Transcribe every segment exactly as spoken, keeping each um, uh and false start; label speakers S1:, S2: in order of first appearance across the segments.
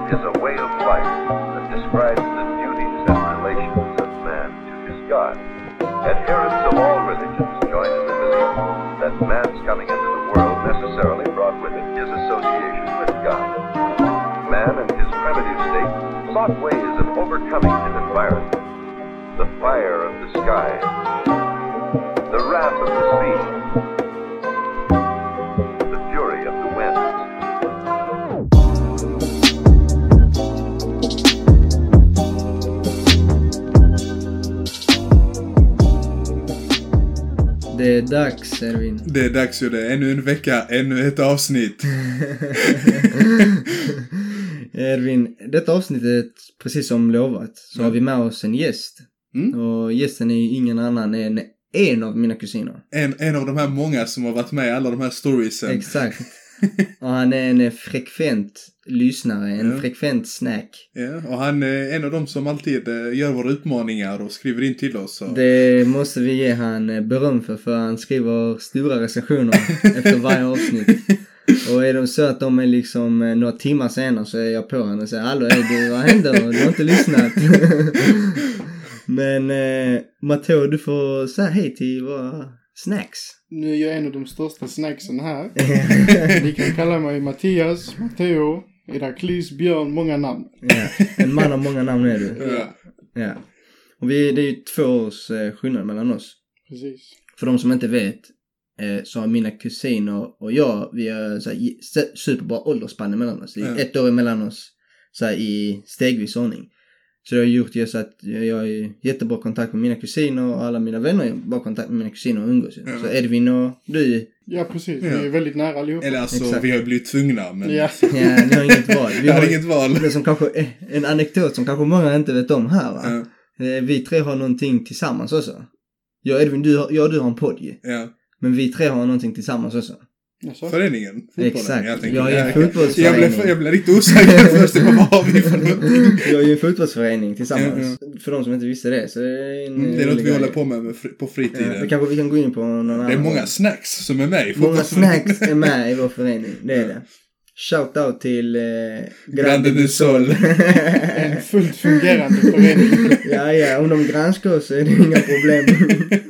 S1: is a way of life that describes the duties and relations of man to his God. Adherents of all religions join in the belief that man's coming into the world necessarily brought with it his association with God. Man in his primitive state sought ways of overcoming his environment. The fire of the sky, the wrath of the sea, the fury of the winds.
S2: Det är dags, Ervin.
S3: Det är dags ju det. Ännu en vecka, ännu ett avsnitt.
S2: Ervin, detta avsnittet, precis som lovat, så mm. har vi med oss en gäst. Mm. Och gästen är ingen annan än en av mina kusiner. En,
S3: en av de här många som har varit med i alla de här storiesen.
S2: Exakt. Och han är en frekvent lyssnare, en ja. frekvent snack.
S3: Ja, och han är en av dem som alltid gör våra utmaningar och skriver in till oss. Och...
S2: Det måste vi ge han beröm för, för han skriver stora recensioner efter varje avsnitt. Och är de så att de är liksom några timmar senare så är jag på honom och säger hallå, är det, vad händer? Du har inte lyssnat. Men eh, Matteo, du får säga hej till våra snacks.
S4: Nu är jag en av de största snacksen här. Ni kan kalla mig Mattias, Matteo, Iraklis, Björn, många namn.
S2: Ja, en man av många namn är du.
S4: Ja.
S2: Ja. Och vi, det är ju två års eh, skillnad mellan oss.
S4: Precis.
S2: För de som inte vet eh, så har mina kusiner och jag, vi har så här, superbra åldersspann mellan oss. Ja. Ett år mellan oss så här, i stegvis ordning. Så det har gjort ju så att jag har jättebra kontakt med mina kusiner och alla mina vänner har bra kontakt med mina kusiner och umgås. Ja. Så Edvin och du...
S4: Ja, precis. Ja. Vi är väldigt nära allihop.
S3: Eller alltså, exakt. Vi har blivit tvungna. Men...
S4: Ja.
S2: Ja, ni har inget val. Vi
S3: har,
S2: har
S3: inget val.
S2: Det som kanske, en anekdot som kanske många inte vet om här, va? Ja. Vi tre har någonting tillsammans också. Jag och Edvin, du, jag och du har en podd ju.
S3: Ja.
S2: Men vi tre har någonting tillsammans också.
S3: Alltså. Föreningen. Fotbollen.
S2: Exakt.
S3: Jag, tänker,
S2: jag är en
S3: Jag
S2: fotbollsförening.
S3: blev, jag blev riktigt osäker först. Vad har vi för någonting?
S2: Jag är ju en fotbollsförening tillsammans. Ja, ja. För de som inte visste det. Så det är, en,
S3: mm, det är något vi håller på med, med fri, på fritiden.
S2: Ja, det kanske vi kan gå in på någon annan.
S3: Det är många snacks som är med i
S2: Många snacks är med i vår förening. Det är det. Shout out till eh,
S3: Grande du Sol.
S4: En fullt fungerande förening.
S2: Ja, ja. Om de granskar så är det inga problem.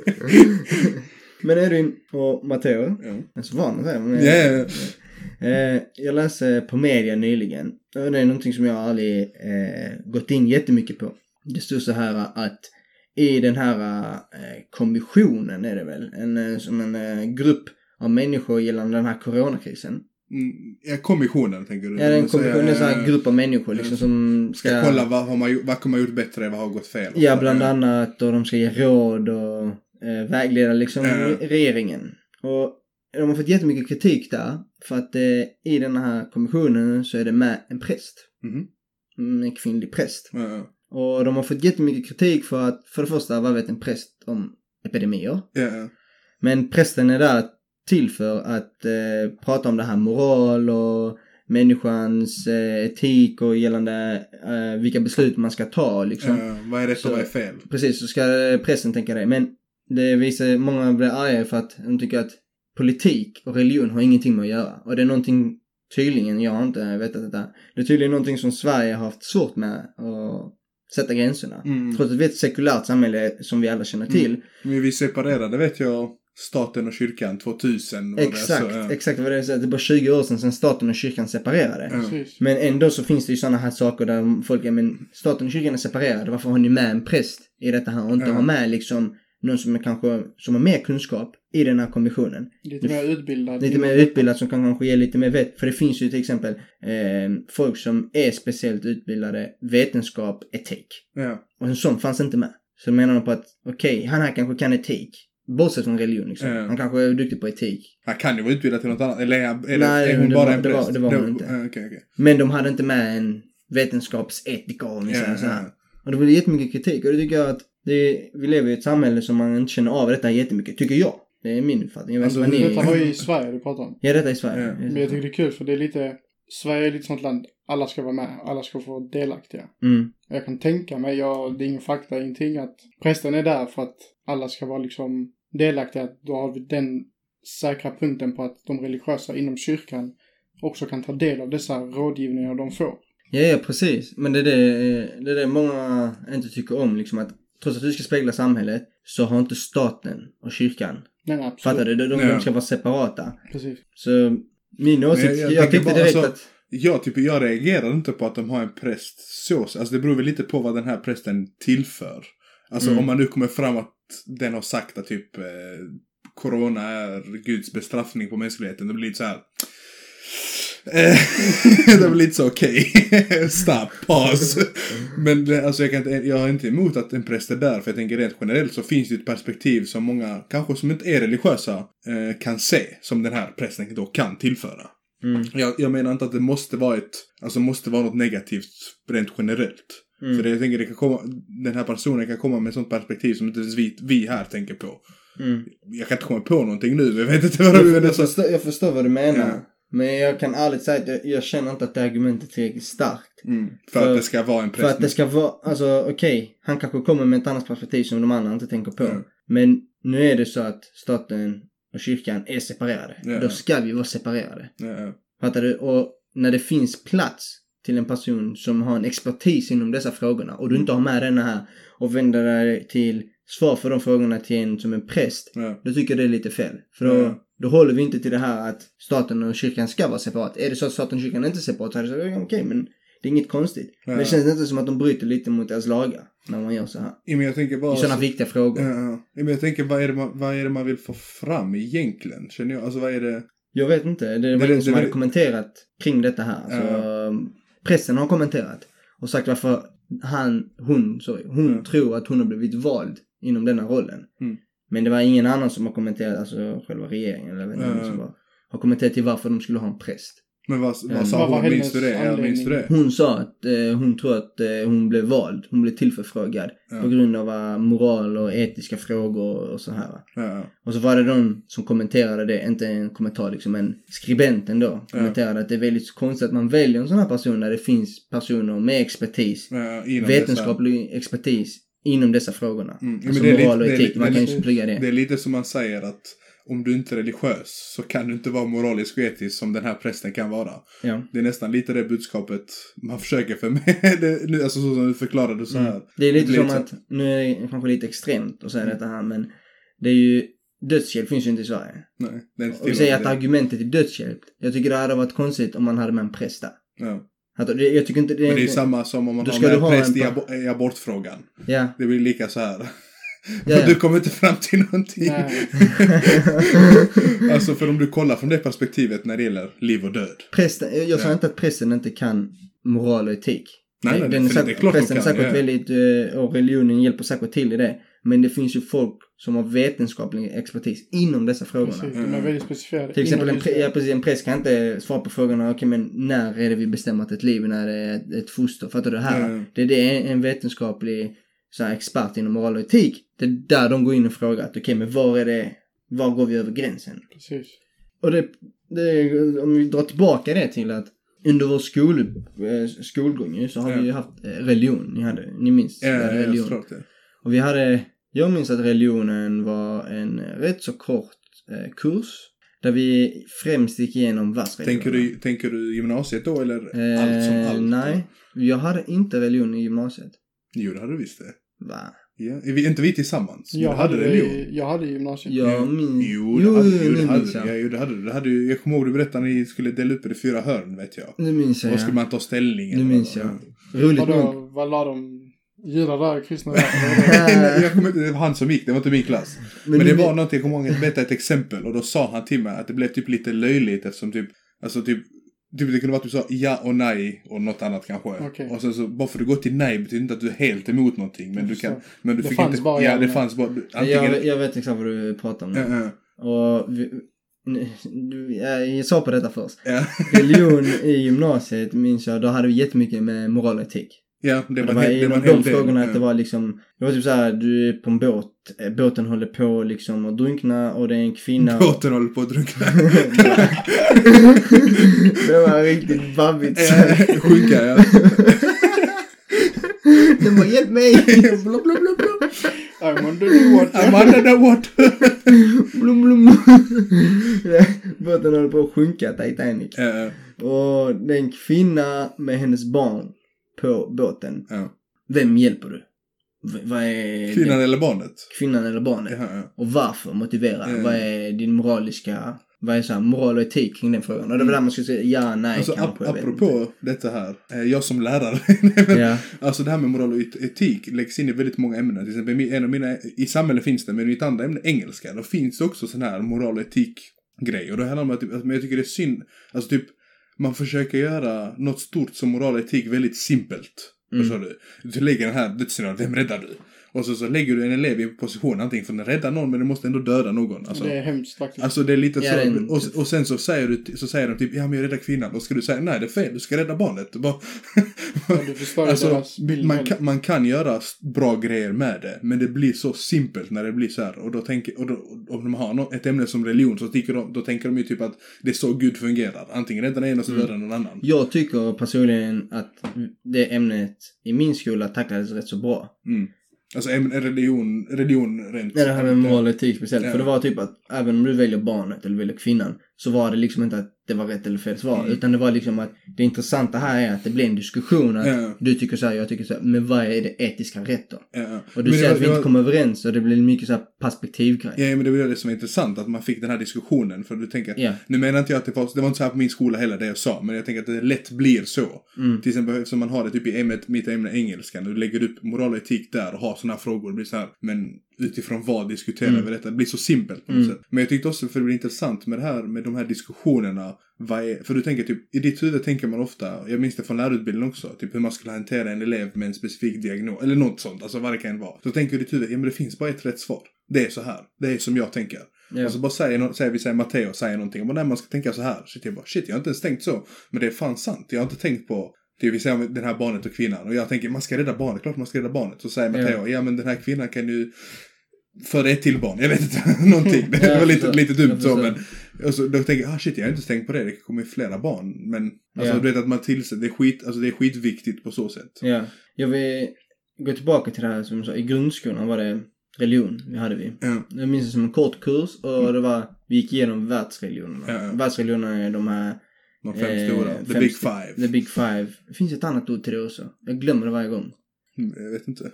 S2: Men Edvin och Matteo, ja. Jag är så van att säga. Men,
S3: yeah.
S2: eh, jag läste på media nyligen. Och det är någonting som jag aldrig eh, gått in jättemycket på. Det stod så här att i den här eh, kommissionen är det väl. En, som en eh, grupp av människor gällande den här coronakrisen.
S3: Mm, ja, kommissionen tänker du?
S2: Ja, en kommission, en sån här grupp av människor liksom, ja, som ska...
S3: Ska kolla vad har man, vad kommer man gjort bättre, vad har gått fel?
S2: Ja, bland ja. annat. Och de ska ge råd och eh, vägleda liksom ja. regeringen. Och de har fått jättemycket kritik där. För att eh, i den här kommissionen så är det med en präst. Mm. En kvinnlig präst.
S3: Ja, ja.
S2: Och de har fått jättemycket kritik för att, för det första, vad vet en präst om epidemier?
S3: Ja, ja.
S2: Men prästen är där till för att eh, prata om det här moral och människans eh, etik och gällande eh, vilka beslut man ska ta liksom.
S3: Ja, vad är rätt och vad är fel?
S2: Precis, så ska prästen tänka det. Men det visar, många blir arga för att de tycker att politik och religion har ingenting med att göra. Och det är någonting, tydligen, jag har inte vetat detta. Det är tydligen någonting som Sverige har haft svårt med att sätta gränserna. Mm. Trots att vi är ett sekulärt samhälle som vi alla känner till. Mm.
S3: Men vi separerade, vet jag, staten och kyrkan tvåtusen.
S2: Exakt, det, så, ja. exakt vad det är. Det var tjugo år sedan, sedan staten och kyrkan separerade.
S4: Ja.
S2: Men ändå så finns det ju sådana här saker där folk är, men staten och kyrkan är separerade. Varför har ni med en präst i detta här och inte ja. har med liksom någon som är kanske, som har mer kunskap i den här kommissionen.
S4: Lite mer utbildad.
S2: Lite mer utbildad som kan kanske ge lite mer vet. För det finns ju till exempel eh, folk som är speciellt utbildade vetenskap, etik.
S3: Ja.
S2: Och en sån fanns inte med. Så menar de på att okej, okay, han här kanske kan etik. Bortsett från religion liksom. Ja. Han kanske är duktig på etik.
S3: Han kan ju vara utbildad till något annat. Eller är, eller
S2: Nej,
S3: är hon
S2: det
S3: bara
S2: var,
S3: en
S2: det
S3: präst?
S2: var, det var hon
S3: det,
S2: inte.
S3: Uh, okay, okay.
S2: Men de hade inte med en vetenskapsetiker om
S3: ja,
S2: ja, så här.
S3: Ja.
S2: Och det var jättemycket kritik. Och det tycker jag att det, vi lever i ett samhälle som man inte känner av detta jättemycket. Tycker jag. Det är min uppfattning. Jag vet
S4: alltså,
S2: ni...
S4: Detta var ju i Sverige du pratar om.
S2: Ja, detta är i Sverige.
S3: Ja.
S4: Men jag tycker det är kul för det är lite... Sverige är lite sånt land. Alla ska vara med. Alla ska få delaktiga.
S2: Mm.
S4: Jag kan tänka mig, jag, det är ingen fakta, ingenting, att prästen är där för att alla ska vara liksom delaktiga. Då har vi den säkra punkten på att de religiösa inom kyrkan också kan ta del av dessa rådgivningar de får.
S2: Ja, ja, precis. Men det är det, det är det många inte tycker om. Liksom, att trots att du ska spegla samhället så har inte staten och kyrkan.
S4: Nej, absolut.
S2: Fattar du? De, de,
S3: Ja.
S2: de ska vara separata.
S4: Precis.
S2: Så min åsikt,
S3: Men
S2: jag,
S3: jag
S2: jag
S3: tänker
S2: tyckte
S3: bara,
S2: direkt
S3: alltså,
S2: att...
S3: Ja, typ, jag reagerar inte på att de har en präst så. Alltså det beror väl lite på vad den här prästen tillför. Alltså
S2: Mm.
S3: om man nu kommer fram att den har sagt att typ eh, corona är Guds bestraffning på mänskligheten. Det blir lite så här. Eh, det blir lite så okej. Okay. Stop, pause. Men det, alltså jag, kan inte, jag har inte emot att en präst är där. För jag tänker rent generellt så finns det ett perspektiv som många, kanske som inte är religiösa, eh, kan se. Som den här prästen då kan tillföra.
S2: Mm.
S3: Jag, jag menar inte att det måste vara ett, alltså måste vara något negativt rent generellt.
S2: Mm.
S3: För det, jag tänker det kan komma, den här personen kan komma med ett sånt perspektiv som inte ens vi, vi här tänker på.
S2: Mm.
S3: Jag kan inte komma på någonting nu, jag vet inte vad
S2: Jag,
S3: du
S2: jag,
S3: menar.
S2: förstår, jag förstår vad du menar.
S3: Ja.
S2: Men jag kan ärligt säga att jag, jag känner inte att det argumentet är tillräckligt starkt.
S3: Mm, för,
S2: För-
S3: att det ska vara en
S2: För
S3: präst.
S2: att det ska vara, alltså okej, okay, han kanske kommer med ett annat perspektiv som de andra inte tänker på.
S3: Mm.
S2: Men nu är det så att staten och kyrkan är separerade.
S3: Ja.
S2: Då ska vi vara separerade.
S3: Ja, ja.
S2: Fattar du? Och när det finns plats till en person som har en expertis inom dessa frågorna och du inte har med den här och vänder dig till svar för de frågorna till en som en präst,
S3: Ja.
S2: då tycker jag det är lite fel. För då,
S3: Ja.
S2: då håller vi inte till det här att staten och kyrkan ska vara separat. Är det så att staten och kyrkan inte är separat så är det så, okej, okay, men det är inget konstigt.
S3: Ja.
S2: Men det känns inte som att de bryter lite mot deras lagar när man gör så här.
S3: Ja, men jag tänker bara...
S2: I sådana viktiga frågor.
S3: Ja, ja. Ja, men jag tänker, vad är, det man, vad är det man vill få fram egentligen? Känner jag, alltså vad är det...
S2: Jag vet inte. Det var
S3: Det-
S2: ingen
S3: det-
S2: som
S3: det-
S2: hade kommenterat kring detta här. Alltså, pressen har kommenterat och sagt varför han, hon, sorry, hon
S3: Mm.
S2: tror att hon har blivit vald inom denna rollen.
S3: Mm.
S2: Men det var ingen annan som har kommenterat, alltså själva regeringen eller vem
S3: Mm.
S2: som var, har kommenterat till varför de skulle ha en präst.
S3: Men vad,
S2: Mm.
S3: vad sa
S4: Vad var
S3: hon? Minns du
S4: hennes
S3: det? Ja, minns du det?
S2: Hon sa att eh, hon tror att eh, hon blev vald, hon blev tillförfrågad
S3: Ja.
S2: på grund av uh, moral och etiska frågor och så här.
S3: Ja, ja.
S2: Och så var det någon som kommenterade det, inte en kommentar liksom, en skribenten då kommenterade att det är väldigt konstigt att man väljer en sån här person där det finns personer med expertis,
S3: Ja, inom
S2: vetenskaplig expertis inom dessa frågorna.
S3: Mm. Ja,
S2: Alltså
S3: men det är
S2: moral
S3: lite-
S2: och
S3: det är
S2: etik,
S3: lite-
S2: man
S3: det
S2: kan
S3: är
S2: ju
S3: lite-
S2: plugga det.
S3: Det är lite som man säger att om du inte är religiös så kan du inte vara moralisk och etisk som den här prästen kan vara.
S2: Ja.
S3: Det är nästan lite det budskapet man försöker för mig. Det, nu, alltså så som du förklarade så här.
S2: Mm. Det är lite
S3: Det
S2: som
S3: blir så-
S2: att, nu är det kanske lite extremt att säga
S3: Mm.
S2: detta här, men det är ju, dödshjälp finns ju inte i Sverige.
S3: Nej, det är inte
S2: Och vi säger att
S3: tillåtet.
S2: argumentet är dödshjälp. Jag tycker det hade varit konstigt om man hade med en präst där.
S3: Ja.
S2: Att, det- jag tycker inte det
S3: Men det är ju samma som om man
S2: Då
S3: har
S2: ska
S3: med
S2: du
S3: en
S2: ha
S3: präst
S2: en
S3: i,
S2: pa-
S3: abo- i abortfrågan.
S2: Ja.
S3: Det blir lika så här.
S2: Ja, ja.
S3: Du kommer inte fram till någonting.
S4: Nej.
S3: Alltså för om du kollar från det perspektivet när det gäller liv och död.
S2: Prästen, jag jag sa
S3: Ja.
S2: inte att prästen inte kan moral och etik.
S3: Nej, nej,
S2: Den är
S3: för det är
S2: säkert,
S3: klart de
S2: prästen är
S3: kan,
S2: säkert
S3: ja.
S2: väldigt, eh, och religionen hjälper säkert till i det. Men det finns ju folk som har vetenskaplig expertis inom dessa frågorna.
S4: Precis, de är väldigt specificerade.
S2: Till exempel en,
S4: Inom
S2: pre,
S4: just
S2: ja,
S4: det.
S2: precis, en präst kan inte svara på frågorna, okej men när är det vi bestämmer att ett liv, när det är ett, ett foster, fattar du det här?
S3: Ja.
S2: Det, det är en vetenskaplig så här, expert inom moral och etik. Det är där de går in och frågar att okej men var är det, var går vi över gränsen?
S4: Precis.
S2: Och det, det, om vi drar tillbaka det till att under vår skol, eh, skolgång ju, så har
S3: Ja.
S2: vi ju haft eh, religion. Ni, hade, ni minns
S3: Ja,
S2: det,
S3: ja,
S2: religion.
S3: såklart det.
S2: Och vi hade, jag minns att religionen var en rätt så kort eh, kurs. Där vi främst gick igenom versreligionerna.
S3: Tänker du, tänker du gymnasiet då eller
S2: Eh,
S3: allt som allt?
S2: Nej, jag hade inte religion i gymnasiet.
S3: Jo, det hade du visst det.
S2: Va?
S3: Ja. Är vi, inte vi tillsammans?
S4: Jag
S3: Du
S4: hade,
S3: religion.
S4: det, jag hade gymnasiet.
S2: Jag minns...
S3: Jo, det hade, jo, det
S2: nu
S3: hade,
S2: minns
S3: du.
S2: jag.
S3: Ja, jo, det hade du. Det hade du. Jag kommer ihåg du berättade när ni skulle dela upp det i fyra hörn, vet jag.
S2: Nu minns jag,
S3: Då skulle
S2: ja.
S3: man ta ställning.
S2: Nu
S3: eller
S2: minns
S3: vad.
S2: jag. Roligt nog.
S4: Vadå, vad la de? Judar där, kristna där?
S3: Nej, jag kommer inte, det var han som gick, det var inte min klass. Men,
S2: Men
S3: det
S2: nu-
S3: var något, jag kommer ihåg att berätta ett exempel. Och då sa han till mig att det blev typ lite löjligt eftersom typ, alltså typ, typ det kunde vara typ så ja och nej och något annat kanske.
S4: Okej.
S3: Och sen så, bara för att du går till nej betyder inte att du är helt emot någonting. Men du
S4: Jag
S3: kan,
S4: förstår.
S3: men du
S4: Det
S3: fick
S4: fanns
S3: inte,
S4: bara
S3: ja
S4: ja
S3: det
S4: och nej.
S3: fanns bara, du- antingen,
S2: jag, jag vet exakt vad du pratar om nu.
S3: ja, ja,
S2: Och vi, nu- du- jag, jag sa på detta först.
S3: ja.
S2: Religion i gymnasiet minns jag, då hade vi jättemycket med moral och etik.
S3: Ja, det
S2: Det
S3: var,
S2: var
S3: en hel- det var
S2: inom
S3: en hel
S2: de
S3: del.
S2: frågorna
S3: Ja.
S2: att det var liksom, det var typ så här, du är på en båt, eh, båten håller på liksom att drunkna och det är en kvinna.
S3: Båten håller på att drunkna.
S2: Det var riktigt babbigt.
S3: Ja, Sjunka, ja.
S2: Den bara, hjälp mig!
S3: Blum, blum, blum, blum.
S4: I'm under the water.
S3: I'm under the water.
S2: Blum, blum. Bara båten håller på att sjunka, Titanic.
S3: Ja.
S2: Och det är en kvinna med hennes barn på båten.
S3: Ja.
S2: Vem hjälper du? V- vad är
S3: Kvinnan
S2: det?
S3: eller barnet?
S2: Kvinnan eller barnet?
S3: Ja, ja.
S2: Och varför? Motivera.
S3: Ja.
S2: Vad är din moraliska... Vad är så här, moral och etik kring den frågan? Och det var där man skulle säga ja, nej,
S3: Alltså
S2: kanske.
S3: ap-
S2: jag vet
S3: apropå
S2: inte.
S3: detta här, eh, jag som lärare, men,
S2: Ja.
S3: alltså det här med moral och et- etik läggs in i väldigt många ämnen. Till exempel en av mina, i samhället finns det, men i mitt andra ämne, engelska, då finns det också sån här moral och etik grej. Och det handlar om att, att men jag tycker det är synd, alltså typ, man försöker göra något stort som moral och etik väldigt simpelt.
S2: Mm.
S3: Förstår du? Du lägger den här dödsscenariot, vem räddar du? Och så, så lägger du en elev i en position, antingen för att rädda någon, men du måste ändå döda någon. Alltså,
S4: Det är hemskt faktiskt.
S3: Alltså det är lite
S2: Ja,
S3: så,
S2: det är en-
S3: och, och sen så säger, du, så säger de typ, ja men jag räddar kvinnan. Då ska du säga, nej det är fel, du ska rädda barnet. Du bara,
S4: Ja, du förstår ju
S3: alltså,
S4: deras bild.
S3: man, kan, man kan göra bra grejer med det, men det blir så simpelt när det blir så här. Och då tänker, och då, om de har något, ett ämne som religion, så tycker de, då tänker de ju typ att det är så Gud fungerar. Antingen räddar den ena så dödar någon annan.
S2: Jag tycker personligen att det ämnet i min skola tacklades rätt så bra.
S3: Mm. Alltså ämne, religion, religion rent.
S2: Det här med moral och etik speciellt.
S3: Ja.
S2: För det var typ att även om du väljer barnet eller väljer kvinnan, så var det liksom inte att det var rätt eller fel svar.
S3: Mm.
S2: Utan det var liksom att det intressanta här är att det blir en diskussion. Att
S3: Ja.
S2: du tycker så här, jag tycker så här. Men vad är det etiska rätt då?
S3: Ja.
S2: Och du
S3: Men det
S2: säger
S3: var-
S2: att vi
S3: det
S2: inte
S3: var-
S2: kommer överens och det blir mycket så här perspektivgrej.
S3: Ja, men det var det som är intressant, att man fick den här diskussionen. För du tänker,
S2: Ja.
S3: nu menar inte jag att det var, det var inte så här på min skola heller det jag sa, men jag tänker att det lätt blir så.
S2: Mm.
S3: Till exempel eftersom man har det typ i ämnet, mitt ämne engelska, du lägger upp moral och etik där och har såna här frågor, det blir så här, men utifrån vad diskuterar
S2: Mm.
S3: vi detta? Det blir så simpelt på något
S2: Mm.
S3: sätt. Men jag tyckte också, för det blir intressant med det här, med de här diskussionerna, vad är, för du tänker typ, i ditt huvud tänker man ofta, jag minns det från lärarutbildningen också, typ hur man skulle hantera en elev med en specifik diagnos, eller något sånt, alltså vad det kan vara. Så tänker du i ditt huvud, ja men det finns bara ett rätt svar. Det är så här, det är som jag tänker.
S2: Ja.
S3: Och så bara säger, no- säger vi säger Matteo säger någonting, och bara, nej man ska tänka så här. Shit, jag bara, shit jag har inte ens tänkt så. Men det är fan sant, jag har inte tänkt på, det vi säger om den här barnet och kvinnan. Och jag tänker, man ska rädda barnet, klart man ska rädda barnet. Så säger Matteo, ja, ja men den här kvinnan kan ju föda ett till barn, jag vet inte, någonting. Det
S2: Ja,
S3: var lite,
S2: så-
S3: lite dumt
S2: jag
S3: så,
S2: förstår.
S3: men och så, då tänker jag, ah shit jag har inte tänkt på det, det kommer ju flera barn. Men alltså
S2: Ja.
S3: du vet att man tillsätter, det är skit, alltså det är skitviktigt på så sätt.
S2: Ja. Jag vill gå tillbaka till det här som jag sa. I grundskolan var det religion vi hade vi.
S3: Ja.
S2: Jag minns det som en kort kurs och det var, vi gick igenom världsreligionerna.
S3: Ja, ja.
S2: Världsreligionerna är de här
S3: De fem
S2: Eh,
S3: stora, the
S2: fem
S3: big
S2: st-
S3: five.
S2: The Big Five. Det finns ett annat ord till det också. Jag glömmer det varje gång.
S3: Mm, jag vet inte.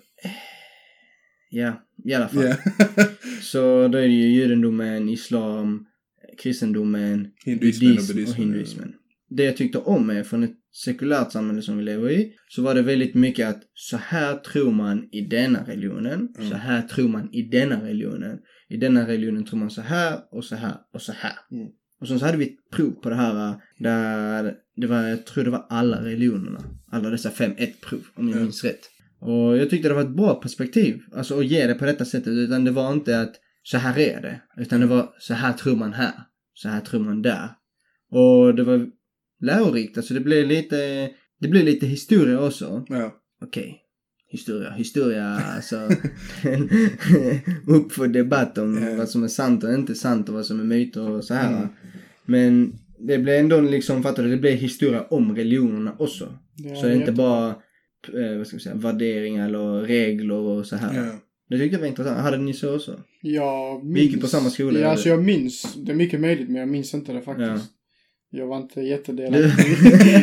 S2: Ja, i alla fall.
S3: Ja.
S2: Så då är det ju judendomen, islam, kristendomen,
S3: Hinduismen och
S2: buddhism och
S3: buddhismen.
S2: hinduismen. Det jag tyckte om är från ett sekulärt samhälle som vi lever i, så var det väldigt mycket att så här tror man i denna religionen,
S3: Mm.
S2: så här tror man i denna religionen. I denna religionen tror man så här och så här och så här.
S3: Mm.
S2: Och sen så hade vi ett prov på det här där det var, jag tror det var alla religionerna. Alla dessa fem, ett prov om jag
S3: Ja.
S2: minns rätt. Och jag tyckte det var ett bra perspektiv. Alltså att ge det på detta sättet. Utan det var inte att så här är det. Utan det var så här tror man här. Så här tror man där. Och det var lärorikt. Alltså det blev lite, det blev lite historia också.
S3: Ja.
S2: Okej. Historia. Historia alltså. upp för debatt om
S3: Ja.
S2: vad som är sant och inte sant. Och vad som är myter och så här.
S3: Mm.
S2: Men det blev ändå liksom, fattar du, det blev historia om religionerna också.
S4: Ja,
S2: Så det är inte
S4: jättebra.
S2: bara eh, vad ska vi säga, värderingar eller regler och så här.
S3: Ja.
S2: Det tyckte jag var intressant. Hade ni så också?
S4: Jag minns...
S2: Vi gick ju på samma skola,
S4: Ja,
S2: eller?
S4: alltså jag minns. Det är mycket möjligt, men jag minns inte det faktiskt.
S2: Ja.
S4: Jag var inte
S2: Du...
S4: jättedelaktig.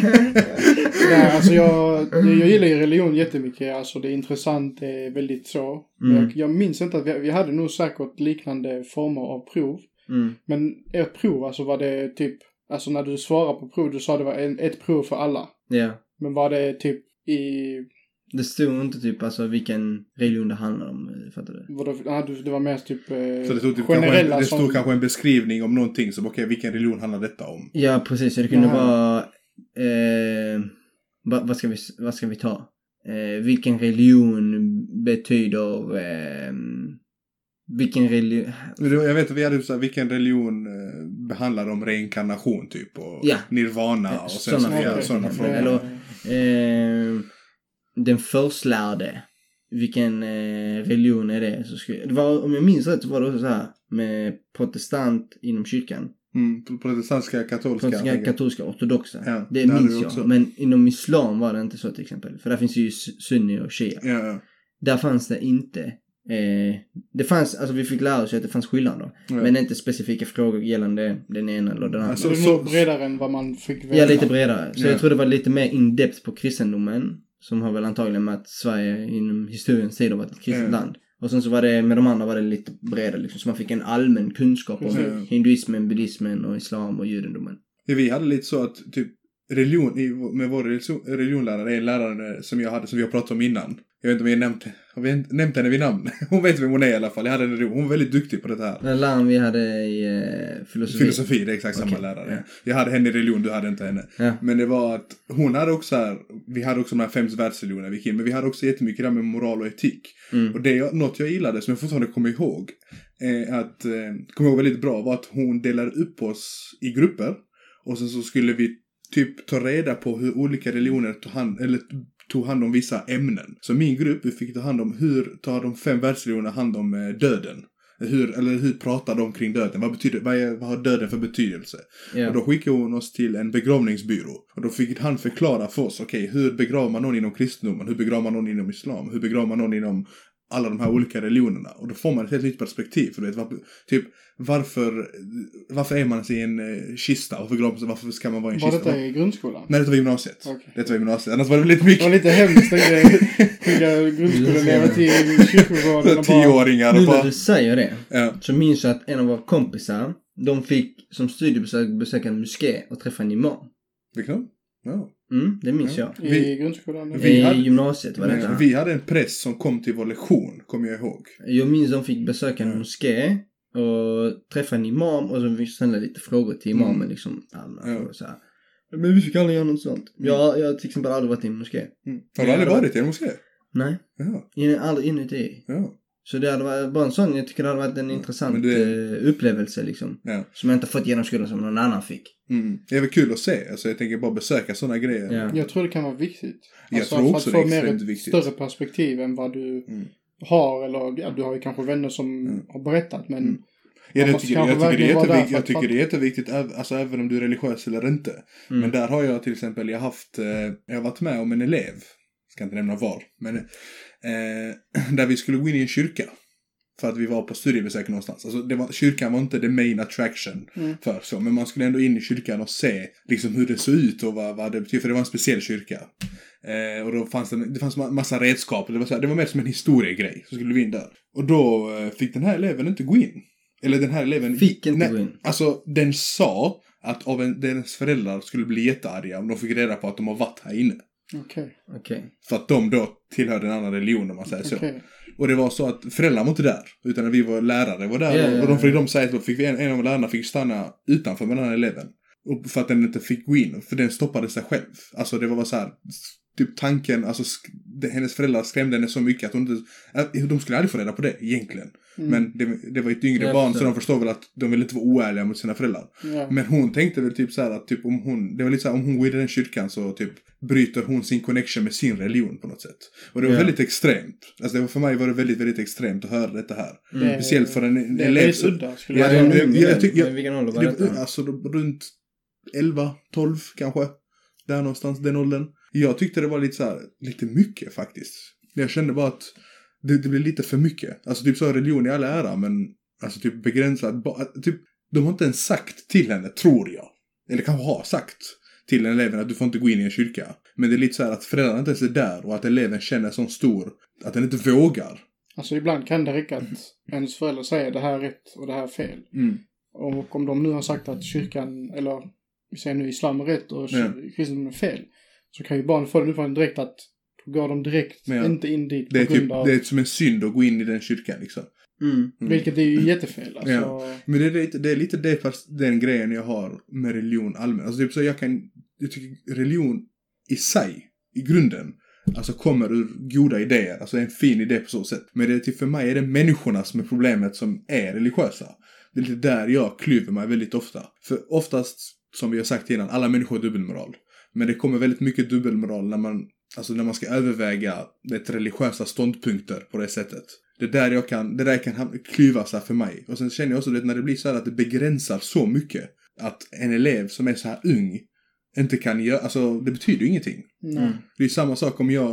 S4: Nej, alltså jag, jag gillar ju religion jättemycket. Alltså det är intressant, det är väldigt så.
S2: Mm.
S4: Jag, jag minns inte att vi, vi hade nog säkert liknande former av prov.
S2: mm.
S4: Men ett prov, alltså var det typ... Alltså när du svarar på prov, du sa det var en, ett prov för alla.
S2: Ja.
S4: Men var det typ i...
S2: Det stod inte typ alltså vilken religion det handlar om, fattar du?
S4: Var det, ja, du- det var mest typ... Eh,
S3: Så det stod, typ kanske
S4: generella
S3: en, det
S4: som...
S3: stod kanske en beskrivning om någonting som, okej, vilken religion handlar detta om?
S2: Ja, precis. Så det kunde
S4: Jaha.
S2: vara... Eh, vad, vad, ska vi, vad ska vi ta? Eh, vilken religion betyder... Eh, vilken religion...
S3: Men det- Jag vet att vi hade så här, vilken religion eh, behandlar om reinkarnation typ och
S2: Ja.
S3: nirvana och sen
S2: Såna
S3: så vidare,
S2: frågor.
S3: sådana frågor.
S2: Eller eh, den förslärde. Vilken eh, religion är det? Så skulle, det var, om jag minns rätt så var det också så här med protestant inom kyrkan.
S3: Mm, protestantiska, katolska.
S2: Protestantiska,
S3: tänker jag.
S2: katolska, ortodoxa.
S3: Ja,
S2: det
S3: det hade
S2: minns
S3: vi
S2: jag.
S3: också.
S2: Men inom islam var det inte så till exempel. För där finns ju sunni och shia.
S3: Ja, ja.
S2: Där fanns det inte Eh, det fanns, alltså vi fick lära oss att det fanns skillnader. Ja. Men inte specifika frågor gällande den ena eller den andra.
S4: Alltså, det är nog bredare än vad man fick veta.
S2: Ja, lite bredare. Så
S3: ja.
S2: jag tror det var lite mer in-depth på kristendomen. Som har väl antagligen med att Sverige inom historiens tid har varit ett kristet
S3: ja.
S2: land. Och sen så var det, med de andra var det lite bredare liksom. Så man fick en allmän kunskap om
S3: ja.
S2: hinduismen, buddhismen och islam och judendomen.
S3: Ja, vi hade lite så att typ religion, med vår religion, religionlärare är en lärare som jag hade, som vi har pratat om innan. Jag vet inte om jag nämnt, har vi nämnt henne vid namn? Hon vet vem hon är i alla fall. Jag hade en, hon var väldigt duktig på det här.
S2: Den läraren vi hade i uh, filosofi.
S3: Filosofi, det är exakt samma okay. lärare. Ja. Jag hade henne i religion, du hade inte henne.
S2: Ja.
S3: Men det var att hon hade också här, vi hade också de här fem världsreligionerna vi gick in, men vi hade också jättemycket där med moral och etik. Mm. Och det jag, något jag gillade som jag fortfarande kommer ihåg, eh, att, eh, kommer ihåg väldigt bra, var att hon delade upp oss i grupper. Och sen så skulle vi typ ta reda på hur olika religioner tog hand, eller tog hand om vissa ämnen. Så min grupp, vi fick ta hand om hur tar de fem världsreligionerna hand om eh, döden. Hur, eller hur pratar de kring döden? Vad, betyder, vad, är, vad har döden för betydelse? Yeah. Och då skickade hon oss till en begravningsbyrå. Och då fick han förklara för oss, okej, okay, hur begraver man någon inom kristendomen? Hur begraver man någon inom islam? Hur begraver man någon inom alla de här olika religionerna? Och då får man ett helt nytt perspektiv. För du vet, var, typ, varför, varför är man i en eh, kista? Och varför, varför ska man vara i en
S4: var
S3: kista?
S4: Var detta i grundskolan?
S3: Nej, det var gymnasiet.
S4: Okay.
S3: Det var gymnasiet. Annars var det lite mycket.
S4: Det var lite hemskt att skicka grundskoleelever till kyrkogården.
S3: Tioåringar.
S2: Nu när du säger det,
S3: ja.
S2: Så minns jag att en av våra kompisar, de fick som studiebesök besöka en moské och träffa en imam.
S3: Vilka? Ja.
S2: Mm, det minns ja.
S4: jag. I grundskolan?
S2: Vi I hade, gymnasiet var det
S3: nej, vi hade en präst som kom till vår lektion, kommer jag ihåg.
S2: Jag minns de fick besöka en moské och träffa en imam och så fick vi ställa lite frågor till imamen mm. liksom. Ja. Så här. Men vi fick aldrig göra något sånt. Mm. Jag, jag har till exempel aldrig varit i en moské.
S3: Mm. Har du aldrig varit i en moské?
S2: Nej.
S3: Ja.
S2: In, aldrig inuti.
S3: Ja.
S2: Så det hade varit bara en sån, jag tycker det hade varit en intressant det... upplevelse liksom. Ja. Som jag inte fått genom skolan som någon annan fick.
S3: Mm. Det är väl kul att se. Alltså jag tänker bara besöka sådana grejer.
S4: Ja. Jag tror det kan vara viktigt.
S3: Jag
S4: alltså,
S3: tror också
S4: för att
S3: det är
S4: få mer ett
S3: viktigt.
S4: Större perspektiv än vad du mm. har. Eller ja, du har ju kanske vänner som mm. har berättat. Men
S3: mm. ja, det tycker, jag, tycker det är jätteviktigt, jag tycker det är jätteviktigt. Alltså även om du är religiös eller inte. Mm. Men där har jag till exempel, jag har haft, jag har varit med om en elev. Ska inte nämna var. Men eh, där vi skulle gå in i en kyrka. För att vi var på studiebesök någonstans. Alltså det var, kyrkan var inte the main attraction mm. för så. Men man skulle ändå in i kyrkan och se liksom hur det såg ut och vad, vad det betyder. För det var en speciell kyrka. Eh, och då fanns det, det fanns massa redskap. Det var, så här, det var mer som en historiegrej. Så skulle vi in där. Och då eh, fick den här eleven inte gå in. Eller den här eleven...
S2: Fick inte
S3: nej,
S2: gå in.
S3: Alltså den sa att av en, deras föräldrar skulle bli jättearga om de fick reda på att de har varit här inne.
S4: Okej.
S2: Okay. Okay.
S3: För att de då tillhörde en annan religion om man säger
S4: okay.
S3: så. Och det var så att föräldrarna var inte där. Utan när vi var lärare var där.
S2: Yeah,
S3: och de, för de säger att fick vi, en, en av lärarna fick stanna utanför med den här eleven. Och för att den inte fick gå in. För den stoppade sig själv. Alltså det var bara så här. Typ tanken. Alltså det, hennes föräldrar skrämde henne så mycket att hon inte. De skulle aldrig få reda på det egentligen. Mm. Men det, det var ett yngre barn. Så de förstår väl att de vill inte vara oärliga mot sina föräldrar. Yeah. Men hon tänkte väl typ så här att typ om hon. Det var lite så här om hon går i den kyrkan så typ. Bryter hon sin connection med sin religion på något sätt. Och det var yeah. väldigt extremt. Alltså det var, för mig var det väldigt, väldigt extremt att höra detta här. Mm. Speciellt för en, en
S4: det
S3: elev.
S4: Det är udda, skulle
S3: ja,
S4: jag
S3: säga. Jag tycker...
S2: Vilken ålder var detta?
S3: Alltså runt elva, tolv kanske. Där någonstans, den åldern. Jag tyckte det var lite så här, lite mycket faktiskt. Jag kände bara att det, det blev lite för mycket. Alltså typ så religion i alla ära, men alltså typ begränsat. Typ, de har inte ens sagt till henne, tror jag. Eller kanske har sagt till en eleven att du får inte gå in i en kyrka. Men det är lite så här att föräldrarna inte ens är där och att eleven känner så stor att den inte vågar.
S4: Alltså ibland kan det räcka att mm. ens föräldrar säger det här är rätt och det här är fel.
S3: Mm.
S4: Och om de nu har sagt att kyrkan, eller vi säger nu islam är rätt och ja. kristendomen är fel, så kan ju barnen få den uppfattningen direkt att då går de direkt ja. inte in dit på
S3: det är
S4: grund
S3: typ,
S4: av...
S3: Det är som en synd att gå in i den kyrkan liksom.
S2: Mm.
S3: Mm.
S4: Vilket är ju jättefel. Alltså...
S3: Ja. Men det är lite, det är lite det, den grejen jag har med religion allmänt. Alltså typ så jag kan, jag tycker religion i sig, i grunden, alltså kommer ur goda idéer. Alltså en fin idé på så sätt. Men det är typ för mig är det människorna som är problemet som är religiösa. Det är lite där jag klyver mig väldigt ofta. För oftast, som vi har sagt innan, alla människor har dubbelmoral. Men det kommer väldigt mycket dubbelmoral när man, alltså när man ska överväga det religiösa ståndpunkter på det sättet. Det där jag kan, det där kan klyva sig för mig. Och sen känner jag också att när det blir så här att det begränsar så mycket att en elev som är så här ung inte kan göra, alltså det betyder ju ingenting.
S4: Mm.
S3: Det är samma sak om jag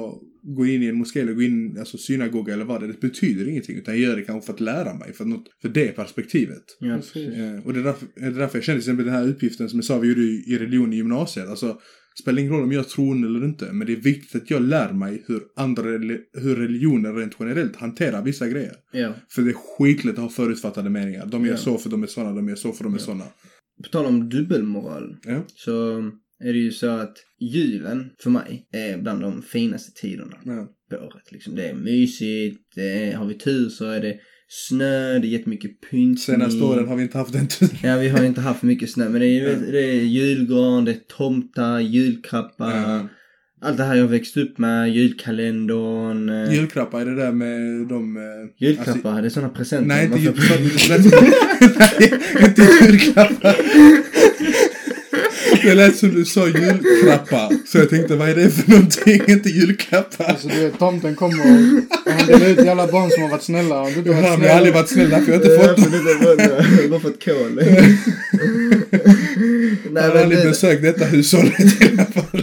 S3: gå in i en moské eller gå in, alltså synagoga eller vad det är, det betyder ingenting, utan jag gör det kanske för att lära mig, för, något, för det perspektivet.
S2: Ja,
S3: eh, och det är, därför, det är därför jag känner till exempel den här uppgiften som jag sa vi gjorde i, i religion i gymnasiet, alltså spelar ingen roll om jag tror eller inte, men det är viktigt att jag lär mig hur andra hur religioner rent generellt hanterar vissa grejer.
S2: Ja.
S3: För det är skitligt att ha förutfattade meningar. De är
S2: Ja.
S3: så för de är såna, de är så för de är
S2: Ja.
S3: såna.
S2: På tal om dubbelmoral,
S3: Ja.
S2: så är det ju så att julen för mig är bland de finaste tiderna
S3: Ja.
S2: på året. Liksom. Det är mysigt, det är, har vi tur så är det snö, det är jättemycket pyntning.
S3: Senaste åren har vi inte haft den turen.
S2: Ja, vi har inte haft mycket snö, men det är, ja. det är julgran, det är tomtar, julkrappar. Ja. Allt det här jag växt upp med, julkalendern.
S3: Julklappar, är det där med de...
S2: Julklappar,
S3: alltså,
S2: det är sådana presenter.
S3: Nej, inte,
S2: jul,
S3: nej, inte julklappar. Det lät som du sa julklappar. Så jag tänkte, vad är det för någonting? Inte julklappar.
S4: Alltså du vet, tomten kommer och han delar ut alla barn som har varit snälla. Och du
S3: har varit snälla. Jag har aldrig varit snälla, för jag har inte fått dem.
S2: Jag har bara fått kol.
S3: Jag har aldrig besökt detta hushållet i alla fall.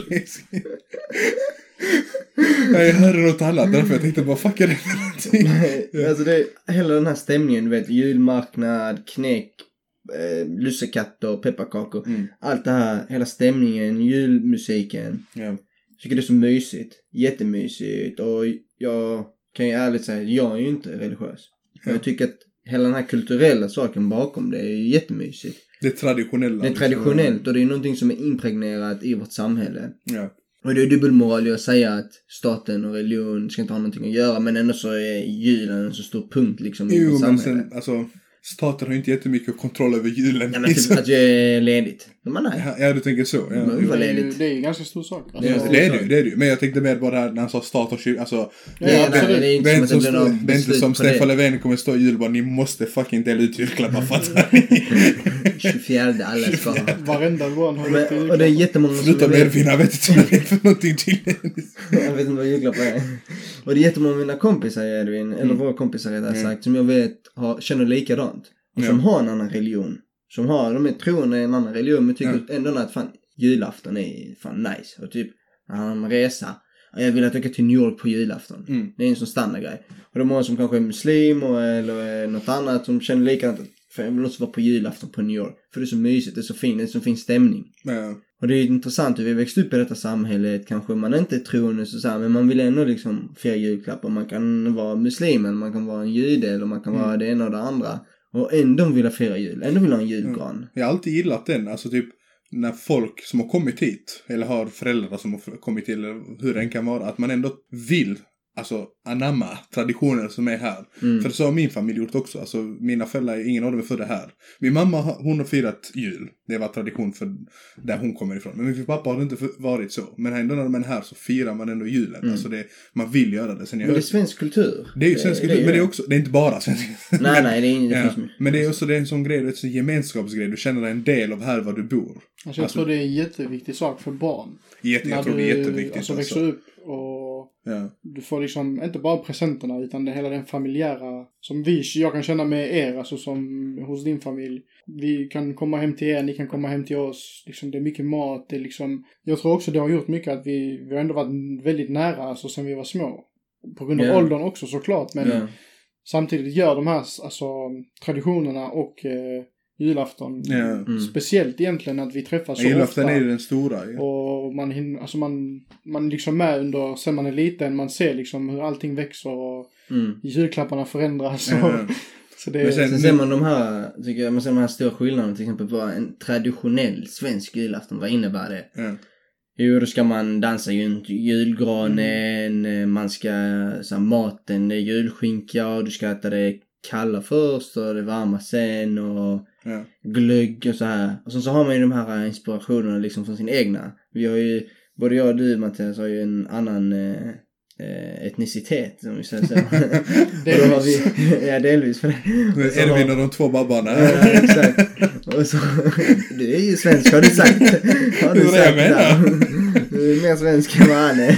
S3: Jag hörde något annat, därför jag tänkte bara, fuck är det för någonting?
S2: Nej, alltså det är hela den här stämningen, du vet, julmarknad, knäck, eh, lussekatter, pepparkakor, mm. allt det här, hela stämningen, julmusiken.
S3: Ja.
S2: Jag tycker det är så mysigt, jättemysigt, och jag kan ju ärligt säga, jag är ju inte religiös. Ja. Jag tycker att hela den här kulturella saken bakom det är ju jättemysigt.
S3: Det är traditionella.
S2: Det är traditionellt, och det är någonting som är impregnerat i vårt samhälle.
S3: Ja.
S2: Och det är dubbelmoral att säga att staten och religion ska inte ha någonting att göra, men ändå så är julen en så stor punkt liksom i vårt samhälle. Jo, men sen,
S3: alltså, staten har ju inte jättemycket kontroll över julen.
S2: Ja, men typ att jag är ledigt. Men nej.
S3: Ja, ja, du tänker så. Ja.
S4: Men det, är ju, det är ju ganska stor sak.
S3: Alltså, ja, det är det ju, det är det. Men jag tänkte mer bara här när han sa stat och kyrka. Alltså,
S2: ja, ja, det, det, det är inte
S3: det är
S2: som,
S3: som,
S2: att det
S3: det är inte som Stefan Löfven kommer stå i jul bara, ni måste fucking dela ut julklappar, fattar ni?
S2: tjugofjärde alla ska.
S4: Varenda barn har
S2: lite julklappar. Och det är jättemånga som
S3: Sluta med jag vet inte vad det är för någonting till.
S2: Jag vet inte vad julklappar är. Och det är jättemånga av mina kompisar, Edvin, mm. eller våra kompisar rättare mm. sagt, som jag vet har, känner likadant. Och som ja. har en annan religion. Som har, de är troende i en annan religion, men tycker ja. ändå att fan, julafton är fan nice. Och typ, när han har en resa, jag vill att åka till New York på julafton. Mm. Det är en sån standardgrej. Och de har som kanske är muslim och, eller något annat som känner likadant. För jag vill också vara på julafton på New York. För det är så mysigt, det är så fint, det är så fin stämning.
S3: Ja.
S2: Och det är intressant hur vi växt upp i detta samhället. Kanske man inte är troende så här, men man vill ändå liksom fira julklappar. Man kan vara muslim, eller man kan vara en jude, eller man kan mm. vara det ena och det andra. Och ändå vill jag fira jul. Ändå vill jag ha en julgran. Mm.
S3: Jag har alltid gillat den. Alltså typ när folk som har kommit hit. Eller har föräldrar som har kommit till. Eller hur den kan vara. Att man ändå vill. Alltså anamma traditioner som är här. Mm. För så har min familj gjort också. Alltså mina föräldrar, ingen av dem är födda här. Min mamma, hon har firat jul. Det var tradition för där hon kommer ifrån. Men min pappa har det inte varit så. Men ändå när de är här så firar man ändå julen. Mm. Alltså det, man vill göra det. Sen jag
S2: men det är svensk kultur.
S3: Det är ju svensk kultur. Det är men det är också, det är inte bara svensk kultur.
S2: Nej, nej, det är inte
S3: ja. Men det är också det är en sån grej, det är en gemenskapsgrej. Du känner dig en del av här var du bor.
S4: Alltså jag alltså, tror det är en jätteviktig sak för barn.
S3: Jätte, jag tror
S4: du,
S3: det är jätteviktigt.
S4: Alltså växer alltså. upp och ja. du får liksom inte bara presenterna utan det hela den familjära som vi, jag kan känna med er, alltså som hos din familj. Vi kan komma hem till er, ni kan komma hem till oss. Liksom det är mycket mat, det är liksom, jag tror också det har gjort mycket att vi, vi har ändå varit väldigt nära alltså sen vi var små. På grund av yeah. åldern också såklart, men yeah. samtidigt gör de här alltså traditionerna och eh, julafton.
S3: Yeah. Mm.
S4: Speciellt egentligen att vi träffas så
S3: julafton
S4: ofta.
S3: Julafton är den stora. Ja.
S4: Och man hinner, alltså man, man liksom med under, sen man är liten, man ser liksom hur allting växer och mm. julklapparna förändras. Och,
S3: ja.
S2: så det, men sen, sen ser man de här, tycker jag, man ser de här stora skillnaderna, till exempel på en traditionell svensk julafton, vad innebär det?
S3: Ja.
S2: Jo, då ska man dansa runt julgranen, mm. man ska, så här, maten är julskinka och du ska äta det kalla först och det varma sen och ja. glögg och så här. Och sen så har man ju de här inspirationerna liksom från sin egna. Vi har ju, både jag och du Mattias har ju en annan eh, etnicitet som vi säger så. Och då har vi, ja delvis för det.
S3: Men är det vi de två babbarna?
S2: Ja, exakt. Och så, du är ju svensk har du sagt. Har du
S3: det
S2: sagt
S3: det?
S2: Du är mer svensk än vad han är.